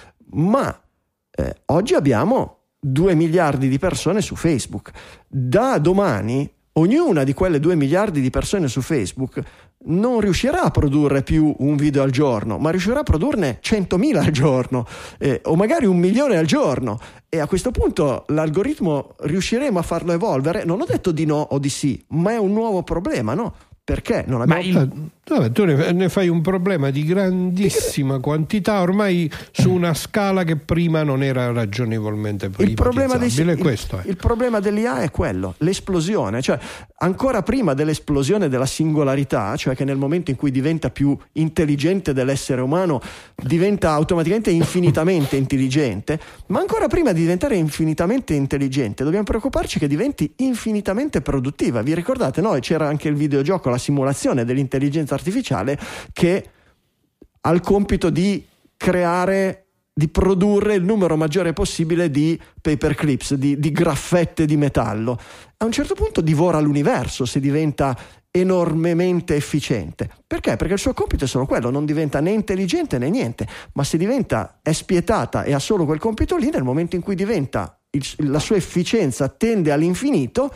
ma eh, oggi abbiamo due miliardi di persone su Facebook. Da domani ognuna di quelle due miliardi di persone su Facebook non riuscirà a produrre più un video al giorno, ma riuscirà a produrne centomila al giorno, eh, o magari un milione al giorno, e a questo punto l'algoritmo riusciremo a farlo evolvere. Non ho detto di no o di sì, ma è un nuovo problema, no? Perché non abbiamo... Ma il... Vabbè, tu ne fai un problema di grandissima quantità, ormai su una scala che prima non era ragionevolmente il problema, dei, il, questo è. il problema dell'I A è quello, l'esplosione, cioè ancora prima dell'esplosione della singolarità, cioè che nel momento in cui diventa più intelligente dell'essere umano diventa automaticamente infinitamente intelligente, ma ancora prima di diventare infinitamente intelligente dobbiamo preoccuparci che diventi infinitamente produttiva. Vi ricordate, no? C'era anche il videogioco, la simulazione dell'intelligenza artificiale, che ha il compito di creare, di produrre il numero maggiore possibile di paperclips, di, di graffette di metallo. A un certo punto divora l'universo se diventa enormemente efficiente. Perché? Perché il suo compito è solo quello, non diventa né intelligente né niente, ma se diventa, è spietata e ha solo quel compito lì, nel momento in cui diventa il, la sua efficienza tende all'infinito,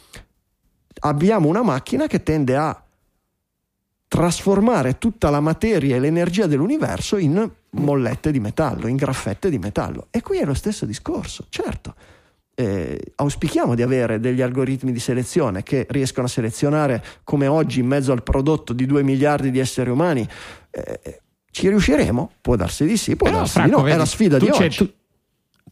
abbiamo una macchina che tende a trasformare tutta la materia e l'energia dell'universo in mollette di metallo, in graffette di metallo. E qui è lo stesso discorso, certo. Eh, auspichiamo di avere degli algoritmi di selezione che riescono a selezionare, come oggi in mezzo al prodotto di due miliardi di esseri umani. Eh, ci riusciremo? Può darsi di sì, può Però, darsi Franco, di no, vedi, è la sfida di oggi. Tu,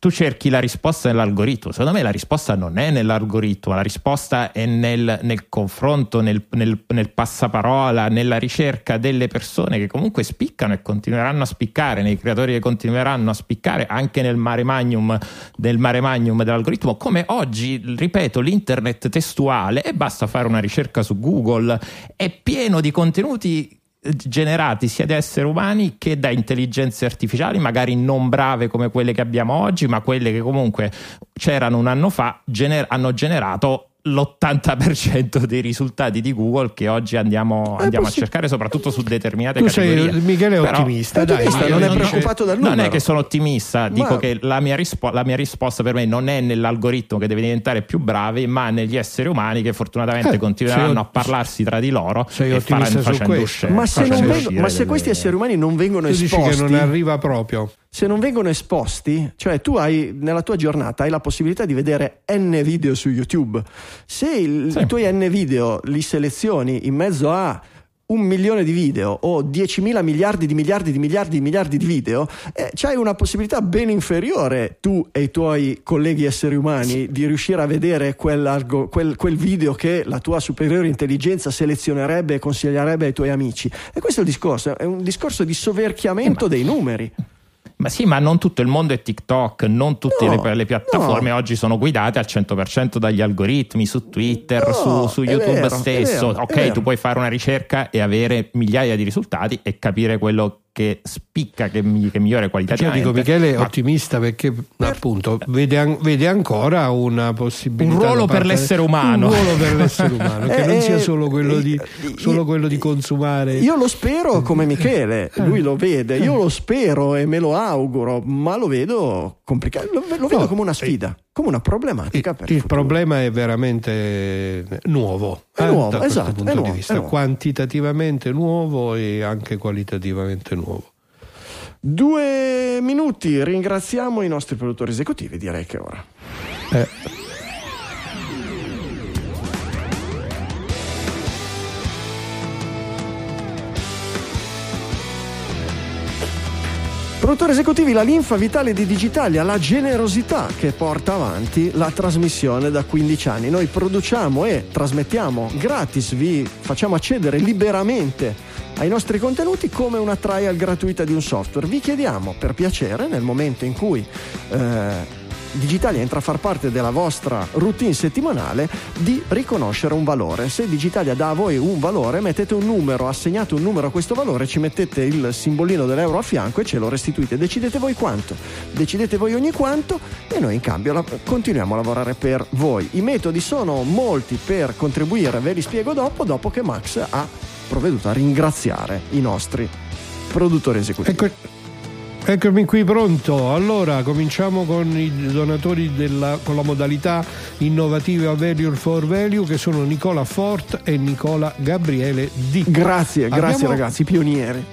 tu cerchi la risposta nell'algoritmo. Secondo me la risposta non è nell'algoritmo, la risposta è nel, nel confronto, nel, nel, nel passaparola, nella ricerca delle persone che comunque spiccano e continueranno a spiccare, nei creatori che continueranno a spiccare anche nel mare magnum del mare magnum dell'algoritmo, come oggi, ripeto, l'internet testuale, e basta fare una ricerca su Google, è pieno di contenuti generati sia da esseri umani che da intelligenze artificiali, magari non brave come quelle che abbiamo oggi, ma quelle che comunque c'erano un anno fa, gener- hanno generato l'ottanta per cento dei risultati di Google che oggi andiamo, andiamo possi- a cercare, soprattutto su determinate tu categorie. Sei, Michele è Però, ottimista, dai, ottimista, non è preoccupato dal numero. Non è che sono ottimista, ma... dico che la mia, rispo- la mia risposta per me non è nell'algoritmo che deve diventare più bravi, ma negli esseri umani che fortunatamente eh, continueranno ot- a parlarsi tra di loro sei e ottimista faranno, su facendo questo. uscire, Ma se, non vengo, ma se delle... questi esseri umani non vengono tu esposti, dici che non arriva proprio. Se non vengono esposti, cioè tu hai nella tua giornata hai la possibilità di vedere n video su YouTube. Se il, sì. i tuoi n video li selezioni in mezzo a un milione di video o diecimila miliardi di miliardi di miliardi di miliardi di video, eh, c'hai una possibilità ben inferiore, tu e i tuoi colleghi esseri umani, sì. di riuscire a vedere quel, quel, quel video che la tua superiore intelligenza selezionerebbe e consiglierebbe ai tuoi amici. E questo è il discorso, è un discorso di soverchiamento eh, ma... dei numeri. Ma sì, ma non tutto il mondo è TikTok, non tutte no, le, le piattaforme no. oggi sono guidate al cento per cento dagli algoritmi, su Twitter, no, su, su YouTube vero, stesso. vero, ok, tu puoi fare una ricerca e avere migliaia di risultati e capire quello che spicca, che, che migliore qualitativamente. Cioè, dico, Michele è ma... ottimista perché appunto vede, an- vede ancora una possibilità, un ruolo per l'essere umano, un ruolo per l'essere umano che eh, non sia solo quello di solo quello di consumare. Io lo spero come Michele, lui lo vede, io lo spero e me lo auguro, ma lo vedo complicato, lo, lo vedo no, come una sfida, come una problematica il, per il, il futuro. Problema è veramente nuovo, è eh, nuovo, da questo esatto, punto è nuovo, di vista, è nuovo. quantitativamente nuovo e anche qualitativamente nuovo. Due minuti, ringraziamo i nostri produttori esecutivi, direi che ora. Eh. Produttori esecutivi, la linfa vitale di Digitalia, la generosità che porta avanti la trasmissione da quindici anni. Noi produciamo e trasmettiamo gratis, vi facciamo accedere liberamente ai nostri contenuti come una trial gratuita di un software. Vi chiediamo per piacere, nel momento in cui eh, Digitalia entra a far parte della vostra routine settimanale, di riconoscere un valore. Se Digitalia dà a voi un valore, mettete un numero, assegnate un numero a questo valore, ci mettete il simbolino dell'euro a fianco e ce lo restituite. Decidete voi quanto, decidete voi ogni quanto e noi in cambio la, continuiamo a lavorare per voi. I metodi sono molti per contribuire, ve li spiego dopo, dopo che Max ha provveduto a ringraziare i nostri produttori esecutivi. Ecco. Eccomi qui pronto. Allora cominciamo con i donatori della, con la modalità innovativa Value for Value, che sono Nicola Fort e Nicola Gabriele D. Grazie, Abbiamo... grazie ragazzi, pionieri.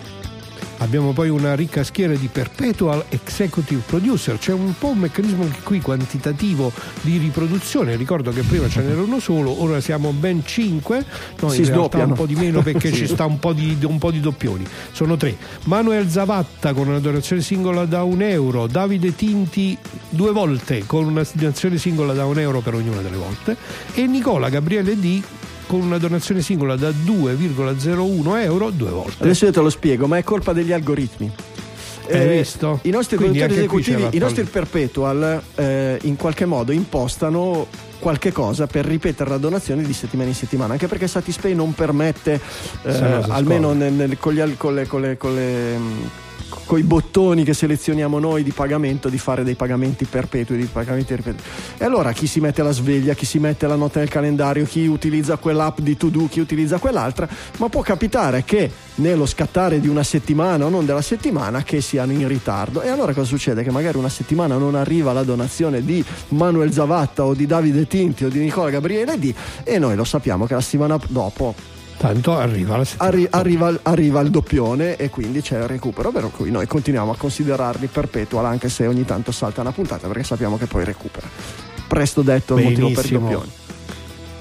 Abbiamo poi una ricca schiera di Perpetual Executive Producer. C'è un po' un meccanismo anche qui quantitativo di riproduzione. Ricordo che prima ce n'era uno solo, ora siamo ben cinque. No, si in sdoppiano. realtà un po' di meno perché sì. ci sta un po' di, un po' di doppioni. Sono tre. Manuel Zavatta con una donazione singola da un euro. Davide Tinti due volte con una donazione singola da un euro per ognuna delle volte. E Nicola Gabriele D con una donazione singola da due virgola zero uno euro due volte. Adesso io te lo spiego, ma è colpa degli algoritmi. Hai eh, visto? I nostri Quindi produttori esecutivi, i nostri pal- Perpetual eh, in qualche modo impostano qualche cosa per ripetere la donazione di settimana in settimana, anche perché Satispay non permette eh, almeno nel, nel, con, gli, con le, con le, con le con i bottoni che selezioniamo noi di pagamento, di fare dei pagamenti perpetui, di pagamenti ripetutivi. E allora chi si mette la sveglia, chi si mette la nota nel calendario, chi utilizza quell'app di to do, chi utilizza quell'altra, ma può capitare che nello scattare di una settimana o non della settimana che siano in ritardo. E allora cosa succede? Che magari una settimana non arriva la donazione di Manuel Zavatta o di Davide Tinti o di Nicola Gabriele D e noi lo sappiamo che la settimana dopo tanto arriva la Arri- arriva, arriva il doppione e quindi c'è il recupero, per cui noi continuiamo a considerarli Perpetual anche se ogni tanto salta una puntata, perché sappiamo che poi recupera. Presto detto il motivo per i doppioni.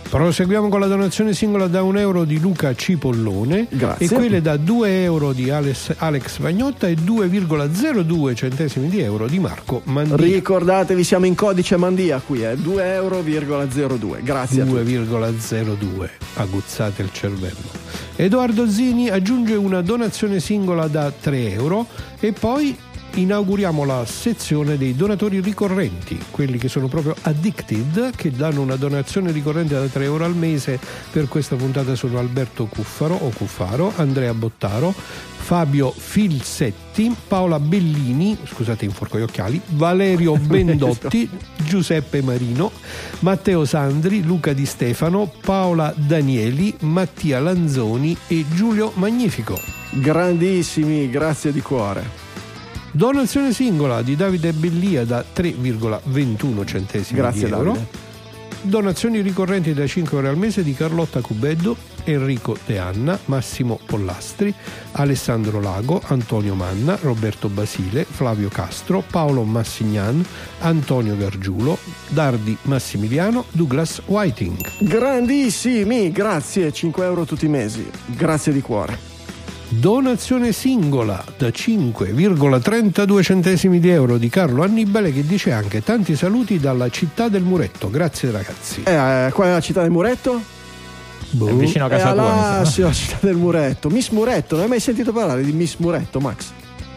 Proseguiamo con la donazione singola da un euro di Luca Cipollone. Grazie. E quelle da due euro di Alex, Alex Vagnotta e due virgola zero due centesimi di euro di Marco Mandia. Ricordatevi, siamo in codice Mandia qui, eh, due virgola zero due. Grazie a tutti. due virgola zero due. Aguzzate il cervello. Edoardo Zini aggiunge una donazione singola da tre euro e poi inauguriamo la sezione dei donatori ricorrenti, quelli che sono proprio addicted, che danno una donazione ricorrente da tre euro al mese. Per questa puntata sono Alberto Cuffaro o Cuffaro, Andrea Bottaro, Fabio Filsetti, Paola Bellini, scusate inforco gli occhiali, Valerio Bendotti, Giuseppe Marino, Matteo Sandri, Luca Di Stefano, Paola Danieli, Mattia Lanzoni e Giulio Magnifico. Grandissimi, grazie di cuore. Donazione singola di Davide Bellia da tre virgola ventuno centesimi Grazie, di euro. Davide. Donazioni ricorrenti da cinque euro al mese di Carlotta Cubeddo, Enrico De Anna, Massimo Pollastri, Alessandro Lago, Antonio Manna, Roberto Basile, Flavio Castro, Paolo Massignan, Antonio Gargiulo, Dardi Massimiliano, Douglas Whiting. Grandissimi, grazie, cinque euro tutti i mesi. Grazie di cuore. Donazione singola da cinque virgola trentadue centesimi di euro di Carlo Annibale, che dice anche tanti saluti dalla città del Muretto. Grazie ragazzi. Eh, qual è la città del Muretto? Boh. È vicino a casa È tua. alla sì, la città del Muretto. Miss Muretto, non hai mai sentito parlare di Miss Muretto, Max?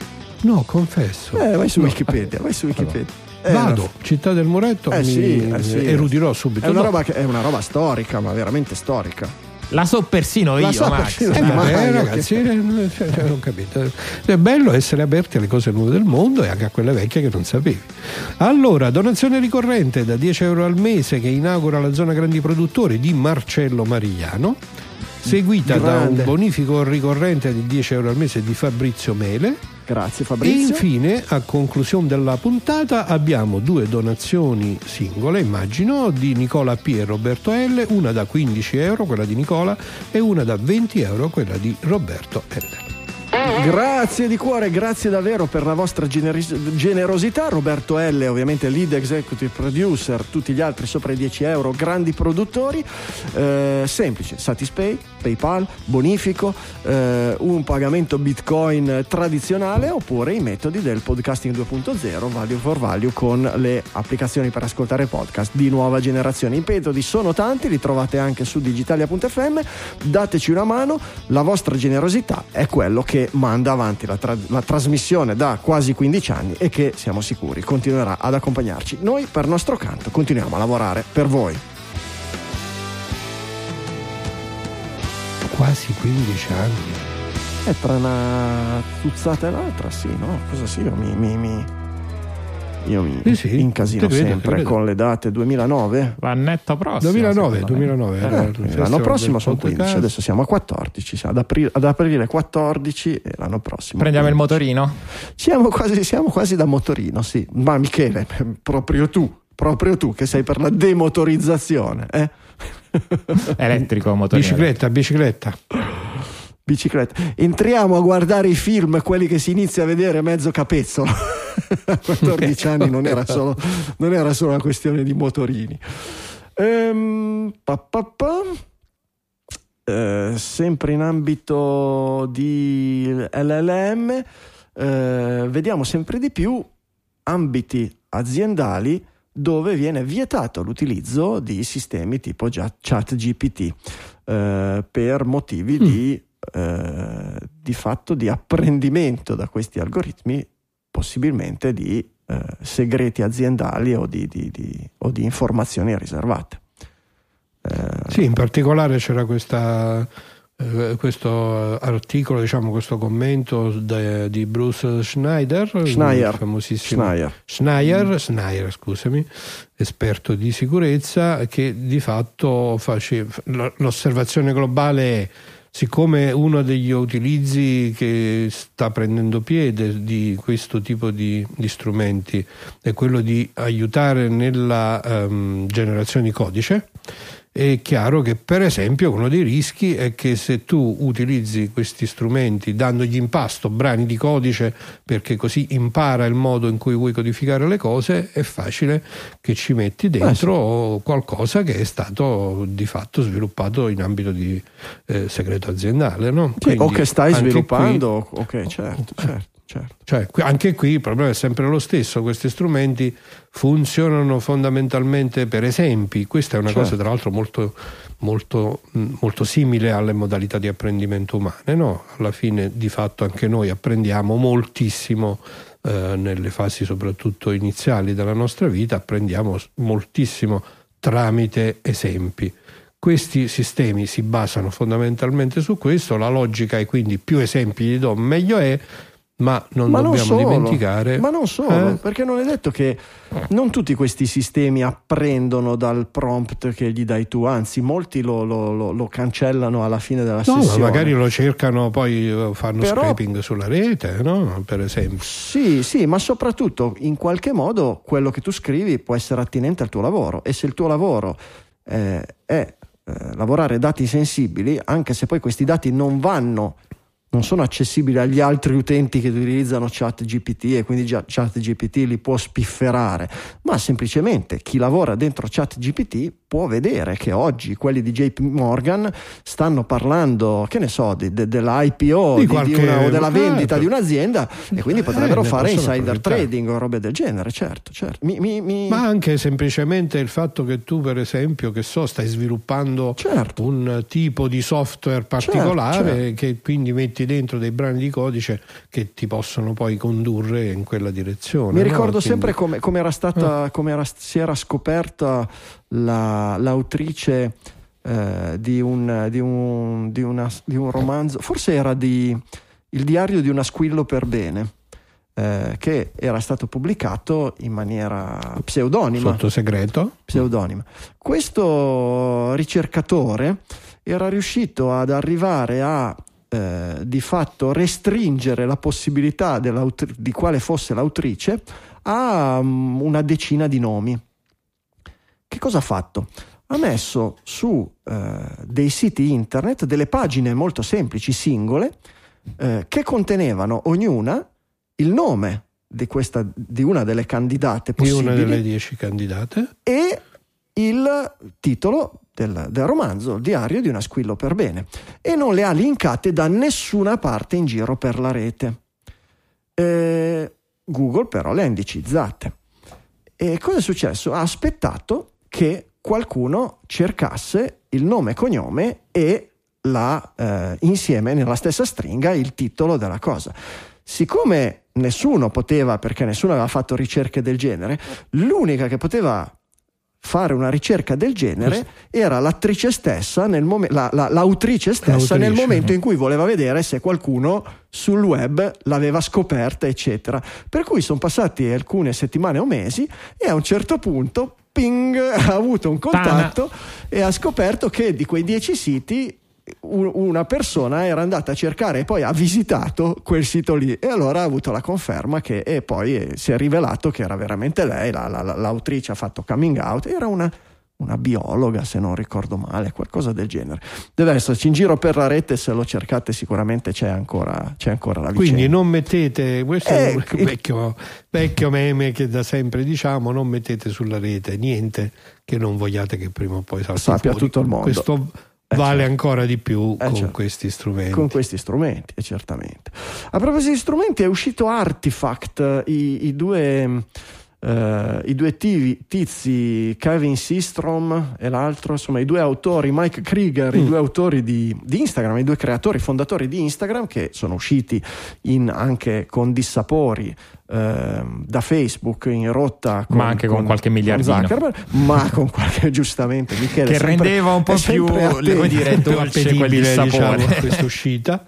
No, confesso. Eh, vai su No. Wikipedia, vai su Wikipedia. Eh, Vado, no. città del Muretto, Eh mi sì, eh sì. erudirò subito. È una, No. roba che, è una roba storica, ma veramente storica. La so persino La io, so Max. persino Eh, io. vabbè, Mai, ragazzi, eh, cioè, cioè, ho capito. È bello essere aperti alle cose nuove del mondo e anche a quelle vecchie che non sapevi. Allora, donazione ricorrente da dieci euro al mese che inaugura la zona grandi produttori di Marcello Marigliano, seguita Grande. da un bonifico ricorrente di dieci euro al mese di Fabrizio Mele. Grazie E Fabrizio. infine, a conclusione della puntata, abbiamo due donazioni singole, immagino, di Nicola P e Roberto L, una da quindici euro, quella di Nicola, e una da venti euro, quella di Roberto L. Grazie di cuore, grazie davvero per la vostra generis- generosità. Roberto L, ovviamente lead executive producer, tutti gli altri sopra i dieci euro, grandi produttori. Eh, semplice, Satispay, PayPal, bonifico, eh, un pagamento Bitcoin tradizionale, oppure i metodi del podcasting due punto zero, value for value, con le applicazioni per ascoltare podcast di nuova generazione. I metodi sono tanti, li trovate anche su digitalia punto effe emme. Dateci una mano, la vostra generosità è quello che manda avanti la, tra- la trasmissione da quasi quindici anni e che siamo sicuri continuerà ad accompagnarci. Noi per nostro canto continuiamo a lavorare per voi. Quasi quindici anni. E tra una zuzzata e l'altra, sì, no? Cosa sì? Io mi, mi, mi, io mi Sì, sì, incasino ti credo, sempre ti credo. con le date duemilanove. L'annetto prossimo. duemilanove, secondo me. duemilanove Eh, era il l'anno Festival prossimo del sono quindici, podcast. adesso siamo a quattordici, siamo ad, aprile, ad aprile quattordici e l'anno prossimo Prendiamo il quindici. motorino? Siamo quasi, siamo quasi da motorino, sì. Ma Michele, proprio tu, proprio tu che sei per la demotorizzazione, eh? Elettrico, motorino. Bicicletta, bicicletta. Bicicletta. Entriamo a guardare i film, quelli che si inizia a vedere mezzo capezzolo. A quattordici anni non era solo, non era solo una questione di motorini. Ehm, pa, pa, pa. Eh, sempre in ambito di L L M, eh, vediamo sempre di più ambiti aziendali dove viene vietato l'utilizzo di sistemi tipo ChatGPT eh, per motivi mm. di Eh, di fatto di apprendimento da questi algoritmi, possibilmente di eh, segreti aziendali o di, di, di, o di informazioni riservate. Eh, Sì, in particolare c'era questa, eh, questo articolo, diciamo questo commento de, di Bruce Schneider, Schneier, famosissimo Schneier. Schneier, Schneier, scusami, esperto di sicurezza, che di fatto faceva l'osservazione globale è: siccome uno degli utilizzi che sta prendendo piede di questo tipo di, di strumenti è quello di aiutare nella um, generazione di codice, È chiaro che, per esempio, uno dei rischi è che se tu utilizzi questi strumenti dandogli in pasto brani di codice, perché così impara il modo in cui vuoi codificare le cose, è facile che ci metti dentro eh sì. qualcosa che è stato di fatto sviluppato in ambito di eh, segreto aziendale, no? Sì, o che stai sviluppando, qui, ok, certo, eh, certo. Certo. Cioè, anche qui il problema è sempre lo stesso, questi strumenti funzionano fondamentalmente per esempi. Questa è una certo. cosa tra l'altro molto, molto, molto simile alle modalità di apprendimento umane, no? Alla fine di fatto anche noi apprendiamo moltissimo eh, nelle fasi soprattutto iniziali della nostra vita, apprendiamo moltissimo tramite esempi. Questi sistemi si basano fondamentalmente su questo, la logica è quindi più esempi gli do meglio è. Ma non ma dobbiamo non dimenticare. Ma non solo, eh? perché non è detto che non tutti questi sistemi apprendono dal prompt che gli dai tu, anzi, molti lo, lo, lo, lo cancellano alla fine della no, sessione. Ma magari lo cercano, poi fanno Però, scraping sulla rete, no? Per esempio. Sì, sì, ma soprattutto in qualche modo quello che tu scrivi può essere attinente al tuo lavoro, e se il tuo lavoro eh, è eh, lavorare dati sensibili, anche se poi questi dati non vanno non sono accessibili agli altri utenti che utilizzano ChatGPT, e quindi già ChatGPT li può spifferare, ma semplicemente chi lavora dentro ChatGPT può vedere che oggi quelli di J P Morgan stanno parlando, che ne so, di, de, dell'I P O di di qualche, di una, o della vendita eh, di un'azienda, e quindi potrebbero eh, fare insider trading o robe del genere. Certo, certo. Mi, mi, mi... Ma anche semplicemente il fatto che tu, per esempio, che so, stai sviluppando certo. un tipo di software particolare, certo, certo. che quindi metti dentro dei brani di codice che ti possono poi condurre in quella direzione. Mi ricordo no? sempre quindi... come, come era stata, eh. come era, si era scoperta la, l'autrice eh, di, un, di, un, di, una, di un romanzo, forse era di Il diario di una squillo per bene, eh, che era stato pubblicato in maniera pseudonima. Sotto segreto. Pseudonima. Questo ricercatore era riuscito ad arrivare a Eh, di fatto restringere la possibilità di quale fosse l'autrice a um, una decina di nomi. Che cosa ha fatto? Ha messo su eh, dei siti internet delle pagine molto semplici, singole, eh, che contenevano ognuna il nome di, questa, di una delle candidate possibili, di una delle dieci candidate, e il titolo Del, del romanzo, Il diario di una squillo per bene, e non le ha linkate da nessuna parte in giro per la rete. Eh, Google però le ha indicizzate. E cosa è successo? Ha aspettato che qualcuno cercasse il nome e cognome e la, eh, insieme nella stessa stringa il titolo della cosa. Siccome nessuno poteva, perché nessuno aveva fatto ricerche del genere, l'unica che poteva fare una ricerca del genere era l'attrice stessa, nel mom- la, la, l'autrice stessa l'autrice, nel momento no? in cui voleva vedere se qualcuno sul web l'aveva scoperta, eccetera. Per cui sono passati alcune settimane o mesi, e a un certo punto ping, ha avuto un contatto Pana. e ha scoperto che di quei dieci siti una persona era andata a cercare e poi ha visitato quel sito lì, e allora ha avuto la conferma che, e poi si è rivelato che era veramente lei, la, la, l'autrice ha fatto coming out, era una, una biologa, se non ricordo male, qualcosa del genere. Deve esserci in giro per la rete, se lo cercate sicuramente c'è ancora, c'è ancora la vicenda. Quindi non mettete, questo eh, è un vecchio, vecchio meme che da sempre diciamo, non mettete sulla rete niente che non vogliate che prima o poi salti sappia fuori. tutto il mondo. Questo Eh vale certo. ancora di più eh con certo. questi strumenti. Con questi strumenti, eh, certamente. A proposito di strumenti, è uscito Artifact, i, i due, eh, i due tizi, tizi, Kevin Systrom e l'altro, insomma i due autori, Mike Krieger, mm. i due autori di, di Instagram, i due creatori, fondatori di Instagram, che sono usciti in, anche con dissapori eh, da Facebook, in rotta con, ma anche con, con qualche miliardino, con ma con qualche, giustamente Michele, che sempre, rendeva un po' più, come dire, dolce quel dissapore, diciamo, questa uscita.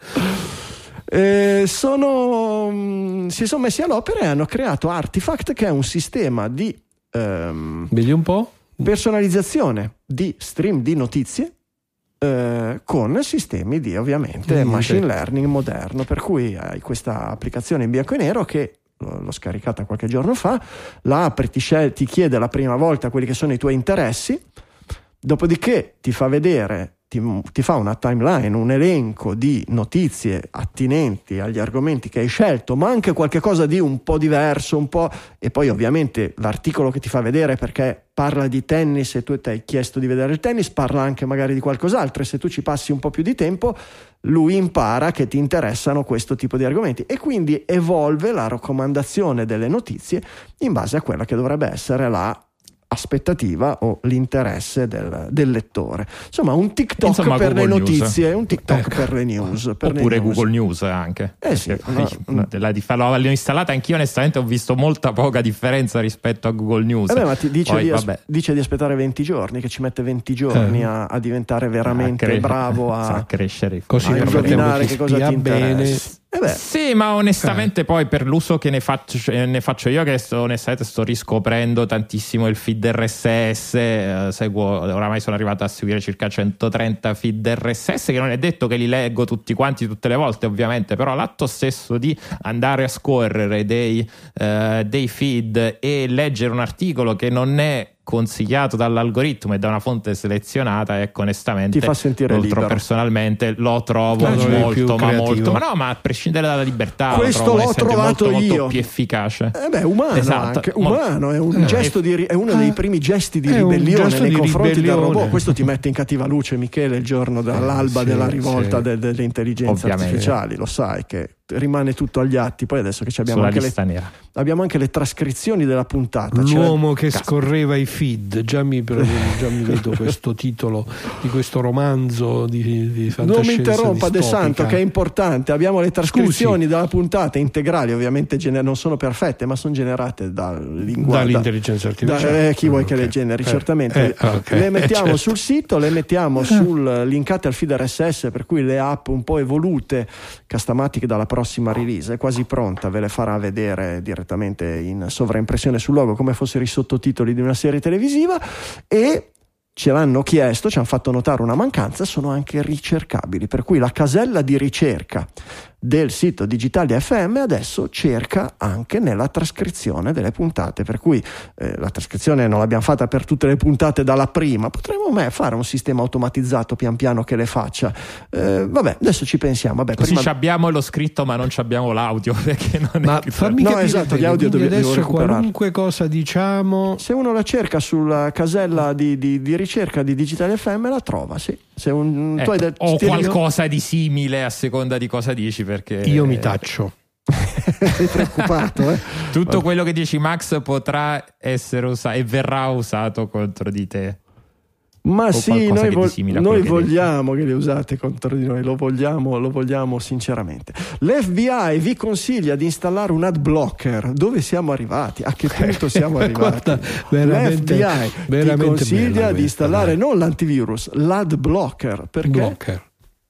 Eh, sono, si sono messi all'opera e hanno creato Artifact, che è un sistema di ehm, vedi un po'? personalizzazione di stream di notizie eh, con sistemi di, ovviamente, Niente. machine learning moderno, per cui hai questa applicazione in bianco e nero che l'ho scaricata qualche giorno fa, la apri, ti, scel- ti chiede la prima volta quelli che sono i tuoi interessi, Dopodiché ti fa vedere, ti, ti fa una timeline, un elenco di notizie attinenti agli argomenti che hai scelto, ma anche qualche cosa di un po' diverso, un po', e poi ovviamente l'articolo che ti fa vedere, perché parla di tennis e tu ti hai chiesto di vedere il tennis, parla anche magari di qualcos'altro, e se tu ci passi un po' più di tempo lui impara che ti interessano questo tipo di argomenti, e quindi evolve la raccomandazione delle notizie in base a quella che dovrebbe essere la aspettativa o l'interesse del, del lettore. Insomma, un TikTok Insomma, per Google le notizie, News. un TikTok ecco. per le news, per oppure le news. Google News anche. Eh sì, no, no. La di l'ho installata anch'io, onestamente ho visto molta poca differenza rispetto a Google News. Eh beh, ma ti dice, Poi, di as- dice di aspettare venti giorni, che ci mette venti giorni eh. a, a diventare veramente a cre- bravo a, a crescere, così a indovinare che cosa ti interessa. Eh beh. Sì, ma onestamente eh. poi per l'uso che ne faccio, ne faccio io, che sto, onestamente sto riscoprendo tantissimo il feed R S S, eh, seguo, oramai sono arrivato a seguire circa centotrenta feed R S S, che non è detto che li leggo tutti quanti tutte le volte ovviamente, però l'atto stesso di andare a scorrere dei, eh, dei feed e leggere un articolo che non è consigliato dall'algoritmo e da una fonte selezionata, ecco, onestamente ti fa sentire lo libero. Tro- personalmente lo trovo Claro, molto ma molto ma no ma a prescindere dalla libertà questo lo trovo l'ho trovato molto, io molto più efficace. Eh beh, umano esatto. anche umano, è un eh, gesto di è uno dei primi gesti di è ribellione nei di confronti ribellione. del robot. Questo ti mette in cattiva luce, Michele, il giorno dall'alba eh, della sì, rivolta sì. de- delle intelligenze Ovviamente. artificiali, lo sai che rimane tutto agli atti. Poi adesso che ci abbiamo Sulla anche lista le, nera. abbiamo anche le trascrizioni della puntata. L'uomo C'è... che scorreva i feed, già mi, già mi vedo questo titolo di questo romanzo di, di fantascienza non mi interrompa De distopica. Santo, che è importante. Abbiamo le trascrizioni Scusi. della puntata integrali, ovviamente gener- non sono perfette, ma sono generate dal linguaggio dall'intelligenza artificiale. Da, eh, chi vuoi okay. che le generi, eh, certamente. Eh, okay. Le mettiamo eh, certo. sul sito, le mettiamo sul linkate al feed R S S, per cui le app un po' evolute, Castamatic dalla prossima release è quasi pronta, ve le farà vedere direttamente in sovraimpressione sul logo come fossero i sottotitoli di una serie televisiva, e ce l'hanno chiesto, ci hanno fatto notare una mancanza, sono anche ricercabili, per cui la casella di ricerca del sito Digitalia F M adesso cerca anche nella trascrizione delle puntate, per cui eh, la trascrizione non l'abbiamo fatta per tutte le puntate dalla prima, potremmo me fare un sistema automatizzato pian piano che le faccia, eh, vabbè, adesso ci pensiamo. Vabbè, così prima... abbiamo lo scritto ma non abbiamo l'audio, perché non ma è fammi no, capire esatto, bene, gli audio devo, adesso devo qualunque cosa diciamo, se uno la cerca sulla casella di, di, di ricerca di Digitalia F M la trova, sì. Se un, ecco, tu hai del, o stereo... qualcosa di simile a seconda di cosa dici, perché io mi taccio. sei preoccupato, eh? tutto Vabbè. quello che dici, Max, potrà essere usato e verrà usato contro di te. Ma o sì, noi, vo- noi che vogliamo che le usate contro di noi, lo vogliamo, lo vogliamo sinceramente. L'F B I vi consiglia di installare un ad blocker. Dove siamo arrivati? A che punto siamo arrivati? Guarda, veramente, L'F B I veramente ti consiglia bella di installare questa, non l'antivirus, l'ad blocker. Perché? Blocker.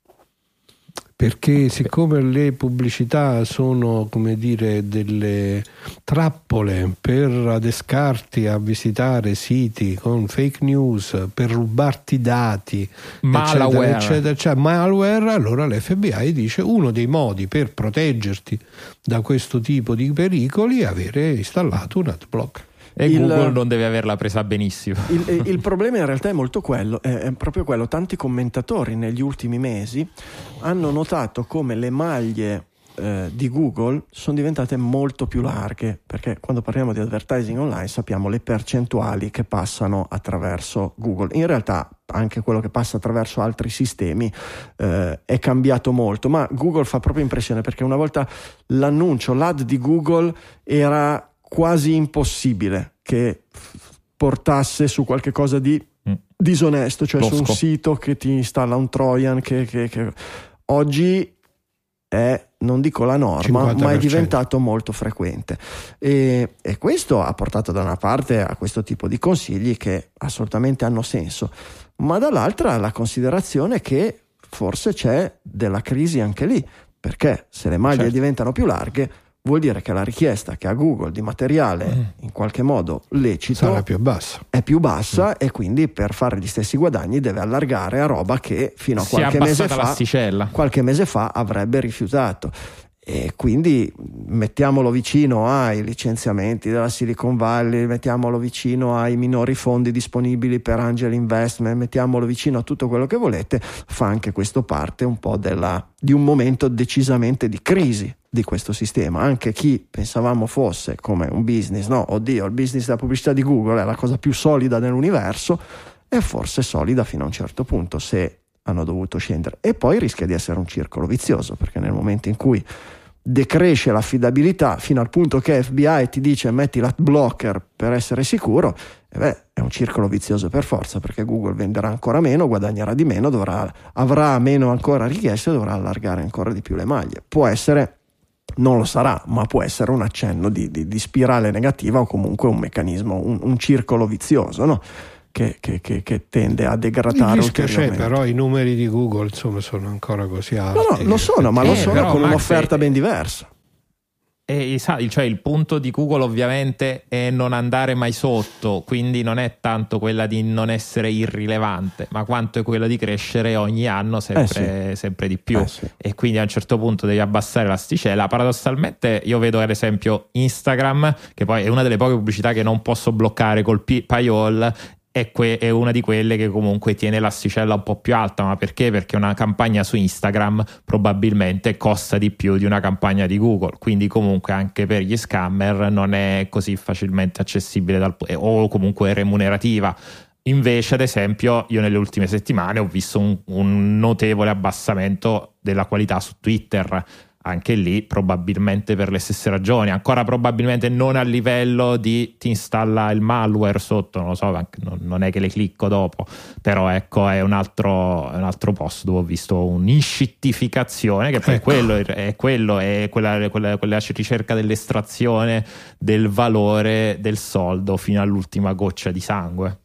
Perché siccome le pubblicità sono, come dire, delle trappole per adescarti a visitare siti con fake news, per rubarti dati, malware, eccetera, eccetera, cioè malware, allora l'F B I dice uno dei modi per proteggerti da questo tipo di pericoli è avere installato un adblock. E il, Google non deve averla presa benissimo. Il, il problema in realtà è molto quello, è, è proprio quello. Tanti commentatori negli ultimi mesi hanno notato come le maglie eh, di Google sono diventate molto più larghe, perché quando parliamo di advertising online sappiamo le percentuali che passano attraverso Google. In realtà anche quello che passa attraverso altri sistemi eh, è cambiato molto, ma Google fa proprio impressione, perché una volta l'annuncio, l'ad di Google era quasi impossibile che portasse su qualche cosa di mm. disonesto, cioè Losco. Su un sito che ti installa un trojan che, che, che oggi è, non dico la norma, cinquanta per cento, ma è diventato molto frequente, e, e questo ha portato da una parte a questo tipo di consigli che assolutamente hanno senso, ma dall'altra la considerazione che forse c'è della crisi anche lì, perché se le maglie certo. diventano più larghe vuol dire che la richiesta che ha Google di materiale mm. in qualche modo lecito sarà più bassa. È più bassa mm. e quindi per fare gli stessi guadagni deve allargare a roba che fino a qualche mese fa l'asticella. qualche mese fa avrebbe rifiutato. e quindi mettiamolo vicino ai licenziamenti della Silicon Valley, mettiamolo vicino ai minori fondi disponibili per angel investment, mettiamolo vicino a tutto quello che volete, fa anche questo parte un po' della, di un momento decisamente di crisi di questo sistema. Anche chi pensavamo fosse come un business, no, oddio, il business della pubblicità di Google è la cosa più solida nell'universo, è forse solida fino a un certo punto, se hanno dovuto scendere. E poi rischia di essere un circolo vizioso, perché nel momento in cui decresce l'affidabilità fino al punto che F B I ti dice metti l'ad blocker per essere sicuro, e beh, è un circolo vizioso per forza, perché Google venderà ancora meno, guadagnerà di meno, dovrà, avrà meno ancora richieste, dovrà allargare ancora di più le maglie. Può essere, non lo sarà, ma può essere un accenno di, di, di spirale negativa, o comunque un meccanismo, un, un circolo vizioso, no? Che, che, che, che tende a degradare. Il rischio c'è, però i numeri di Google insomma sono ancora così alti. No, no, lo sono, ma lo sono con un'offerta ben diversa. E, cioè, il punto di Google ovviamente è non andare mai sotto, quindi non è tanto quella di non essere irrilevante, ma quanto è quella di crescere ogni anno sempre, eh sì. sempre di più, eh sì. E quindi a un certo punto devi abbassare l'asticella. Paradossalmente io vedo ad esempio Instagram, che poi è una delle poche pubblicità che non posso bloccare col paywall, è, que- è una di quelle che comunque tiene l'asticella un po' più alta. Ma perché? Perché una campagna su Instagram probabilmente costa di più di una campagna di Google, quindi comunque anche per gli scammer non è così facilmente accessibile dal, o comunque remunerativa. Invece ad esempio io nelle ultime settimane ho visto un, un notevole abbassamento della qualità su Twitter, anche lì probabilmente per le stesse ragioni, ancora probabilmente non a livello di ti installa il malware sotto, non lo so, non è che le clicco dopo, però ecco è un altro, è un altro posto dove ho visto un'inscittificazione, che poi ecco. quello è quello è quella, quella, quella ricerca dell'estrazione del valore del soldo fino all'ultima goccia di sangue.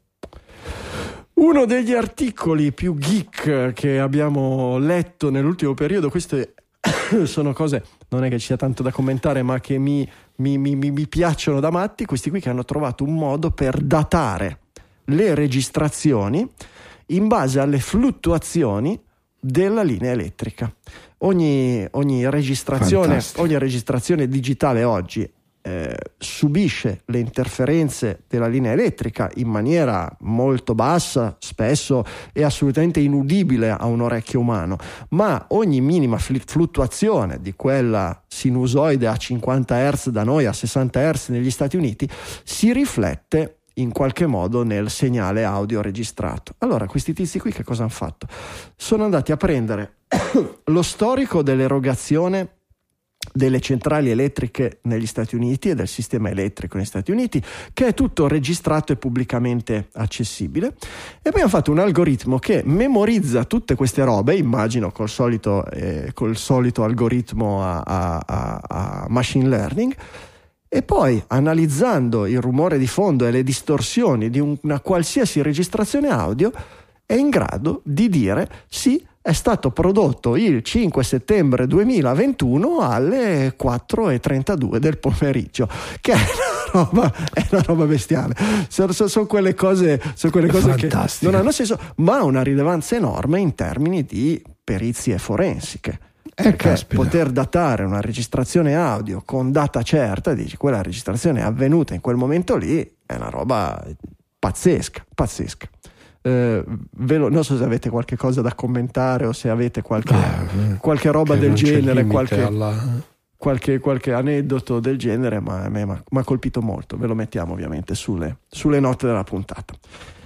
Uno degli articoli più geek che abbiamo letto nell'ultimo periodo, queste sono cose, non è che ci sia tanto da commentare, ma che mi, mi, mi, mi piacciono da matti, questi qui che hanno trovato un modo per datare le registrazioni in base alle fluttuazioni della linea elettrica. Ogni, ogni registrazione, ogni registrazione digitale oggi Eh, subisce le interferenze della linea elettrica in maniera molto bassa, spesso è assolutamente inudibile a un orecchio umano, ma ogni minima fluttuazione di quella sinusoide a cinquanta hertz da noi, a sessanta hertz negli Stati Uniti, si riflette in qualche modo nel segnale audio registrato. Allora questi tizi qui che cosa hanno fatto? Sono andati a prendere lo storico dell'erogazione delle centrali elettriche negli Stati Uniti e del sistema elettrico negli Stati Uniti, che è tutto registrato e pubblicamente accessibile, e poi hanno fatto un algoritmo che memorizza tutte queste robe, immagino col solito, eh, col solito algoritmo a, a, a, a machine learning, e poi analizzando il rumore di fondo e le distorsioni di una qualsiasi registrazione audio è in grado di dire sì, è stato prodotto il cinque settembre duemilaventuno alle quattro e trentadue del pomeriggio, che è una roba, è una roba bestiale. Sono, sono, sono quelle cose, sono quelle cose che non hanno senso, ma ha una rilevanza enorme in termini di perizie forensiche. Eh, perché caspita. Poter datare una registrazione audio con data certa, dici quella registrazione è avvenuta in quel momento lì, è una roba pazzesca, pazzesca. Eh, ve lo, non so se avete qualche cosa da commentare o se avete qualche, ah, qualche roba del genere, qualche, alla... qualche, qualche aneddoto del genere, ma a me mi ha colpito molto. Ve lo mettiamo ovviamente sulle, sulle note della puntata.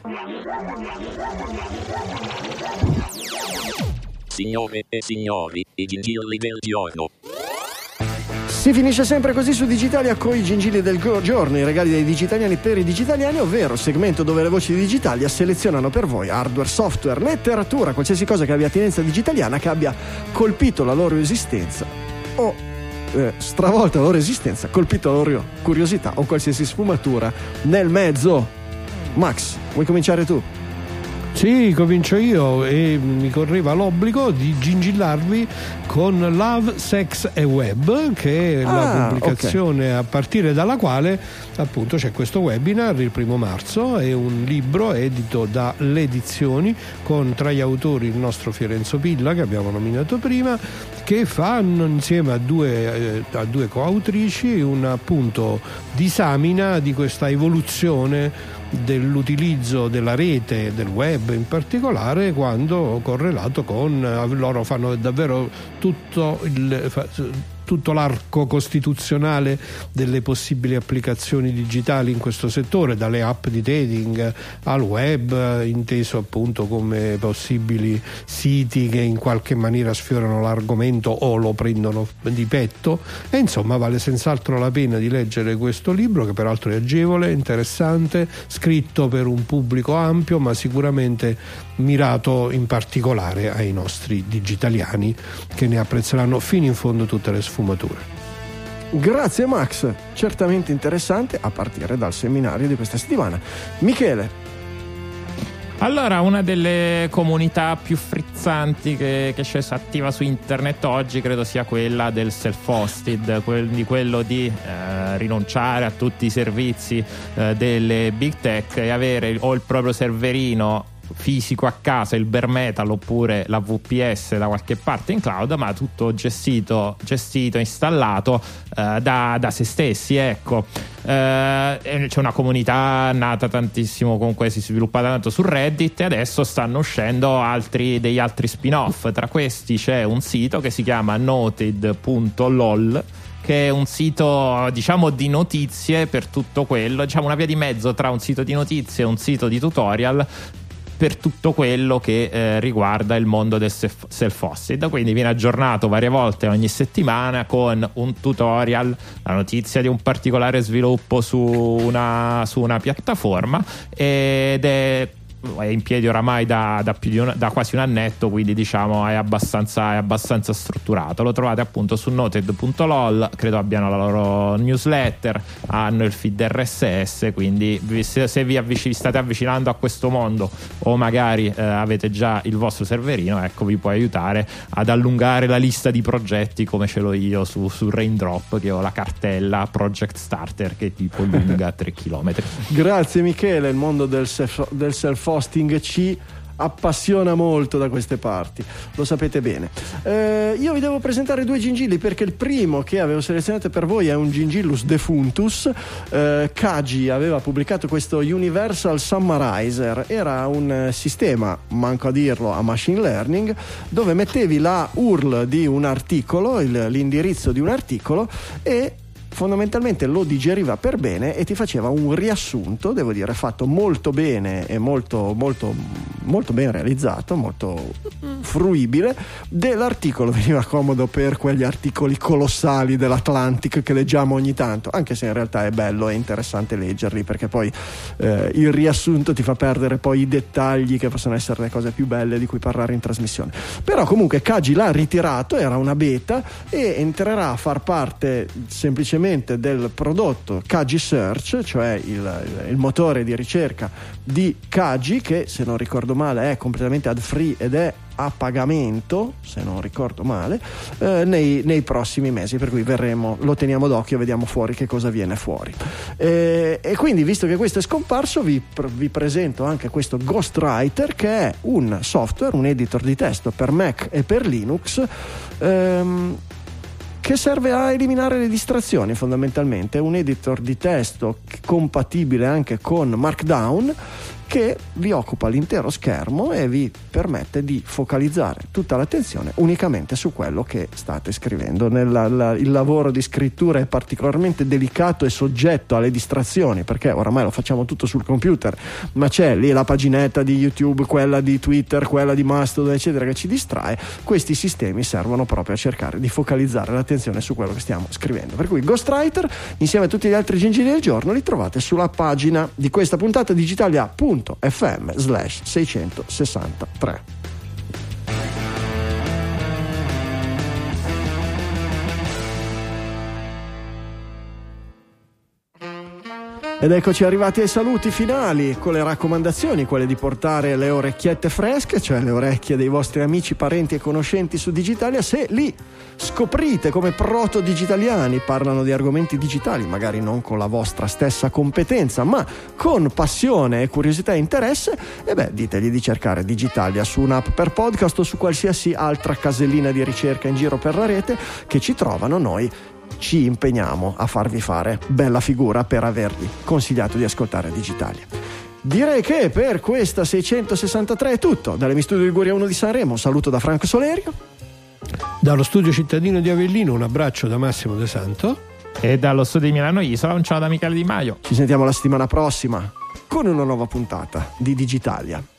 Signore e signori, i gingilli del giorno. Si finisce sempre così su Digitalia con i gingilli del giorno, i regali dei digitaliani per i digitaliani, ovvero segmento dove le voci di Digitalia selezionano per voi hardware, software, letteratura, qualsiasi cosa che abbia attinenza digitaliana, che abbia colpito la loro esistenza o eh, stravolta la loro esistenza, colpito la loro curiosità o qualsiasi sfumatura nel mezzo. Max, vuoi cominciare tu? Sì, comincio io e mi correva l'obbligo di gingillarvi con Love, Sex e Web, che è ah, la pubblicazione okay. a partire dalla quale appunto c'è questo webinar il primo marzo. È un libro edito da Le Edizioni con tra gli autori il nostro Fiorenzo Pilla, che abbiamo nominato prima, che fanno insieme a due, eh, a due coautrici un appunto disamina di questa evoluzione dell'utilizzo della rete, del web in particolare, quando correlato con loro fanno davvero tutto il tutto l'arco costituzionale delle possibili applicazioni digitali in questo settore, dalle app di dating al web, inteso appunto come possibili siti che in qualche maniera sfiorano l'argomento o lo prendono di petto. E insomma vale senz'altro la pena di leggere questo libro, che peraltro è agevole, interessante, scritto per un pubblico ampio, ma sicuramente mirato in particolare ai nostri digitaliani, che ne apprezzeranno fino in fondo tutte le sfumature. Grazie Max, certamente interessante a partire dal seminario di questa settimana. Michele. Allora, una delle comunità più frizzanti che, che c'è attiva su internet oggi credo sia quella del self-hosted, quel, di quello di eh, rinunciare a tutti i servizi eh, delle big tech e avere o il proprio serverino fisico a casa, il bare metal, oppure la V P S da qualche parte in cloud, ma tutto gestito, gestito installato eh, da, da se stessi, ecco. Eh, c'è una comunità nata tantissimo, comunque si è sviluppata tanto su Reddit, e adesso stanno uscendo altri, degli altri spin-off. Tra questi c'è un sito che si chiama noted punto lol, che è un sito, diciamo, di notizie per tutto quello, diciamo una via di mezzo tra un sito di notizie e un sito di tutorial per tutto quello che eh, riguarda il mondo del self-hosted. Quindi viene aggiornato varie volte ogni settimana con un tutorial, la notizia di un particolare sviluppo su una, su una piattaforma, ed è è in piedi oramai da, da, più di un, da quasi un annetto, quindi diciamo è abbastanza, è abbastanza strutturato. Lo trovate appunto su noted punto lol, credo abbiano la loro newsletter, hanno il feed R S S, quindi se, se vi avvic- state avvicinando a questo mondo o magari eh, avete già il vostro serverino, ecco, vi può aiutare ad allungare la lista di progetti, come ce l'ho io su, su Raindrop, che ho la cartella Project Starter che è tipo lunga tre chilometri. Grazie Michele, il mondo del self, del self hosting ci appassiona molto da queste parti, lo sapete bene. Eh, io vi devo presentare due gingilli, perché il primo che avevo selezionato per voi è un gingillus defuntus. eh, Kaji aveva pubblicato questo Universal Summarizer, era un sistema, manco a dirlo, a machine learning, dove mettevi la U R L di un articolo, il, l'indirizzo di un articolo, e fondamentalmente lo digeriva per bene e ti faceva un riassunto, devo dire fatto molto bene e molto molto molto ben realizzato, molto fruibile, dell'articolo. Veniva comodo per quegli articoli colossali dell'Atlantic che leggiamo ogni tanto, anche se in realtà è bello e interessante leggerli, perché poi eh, il riassunto ti fa perdere poi i dettagli che possono essere le cose più belle di cui parlare in trasmissione. Però comunque Kaji l'ha ritirato, era una beta, e entrerà a far parte semplicemente del prodotto Kaji Search, cioè il, il, il motore di ricerca di Kaji, che se non ricordo male è completamente ad free ed è a pagamento, se non ricordo male, eh, nei, nei prossimi mesi, per cui verremo, lo teniamo d'occhio, vediamo fuori che cosa viene fuori. Eh, e quindi, visto che questo è scomparso, vi, vi presento anche questo Ghostwriter, che è un software, un editor di testo per Mac e per Linux, ehm, che serve a eliminare le distrazioni. Fondamentalmente è un editor di testo compatibile anche con Markdown, che vi occupa l'intero schermo e vi permette di focalizzare tutta l'attenzione unicamente su quello che state scrivendo. Nella, la, il lavoro di scrittura è particolarmente delicato e soggetto alle distrazioni, perché oramai lo facciamo tutto sul computer, ma c'è lì la paginetta di YouTube, quella di Twitter, quella di Mastodon, eccetera, che ci distrae. Questi sistemi servono proprio a cercare di focalizzare l'attenzione su quello che stiamo scrivendo. Per cui Ghostwriter, insieme a tutti gli altri gingilli del giorno, li trovate sulla pagina di questa puntata digitalia punto fm slash seicentosessantatré. Ed eccoci arrivati ai saluti finali con le raccomandazioni, quelle di portare le orecchiette fresche, cioè le orecchie dei vostri amici, parenti e conoscenti su Digitalia. Se lì scoprite come proto-digitaliani parlano di argomenti digitali, magari non con la vostra stessa competenza, ma con passione e curiosità e interesse, e beh, ditegli di cercare Digitalia su un'app per podcast o su qualsiasi altra casellina di ricerca in giro per la rete che ci trovano. Noi ci impegniamo a farvi fare bella figura per avervi consigliato di ascoltare Digitalia. Direi che per questa seicentosessantatré è tutto. Dalle Mi Studio Liguria uno di Sanremo un saluto da Franco Solerio, dallo studio cittadino di Avellino un abbraccio da Massimo De Santo e dallo studio di Milano Isola un ciao da Michele Di Maio. Ci sentiamo la settimana prossima con una nuova puntata di Digitalia.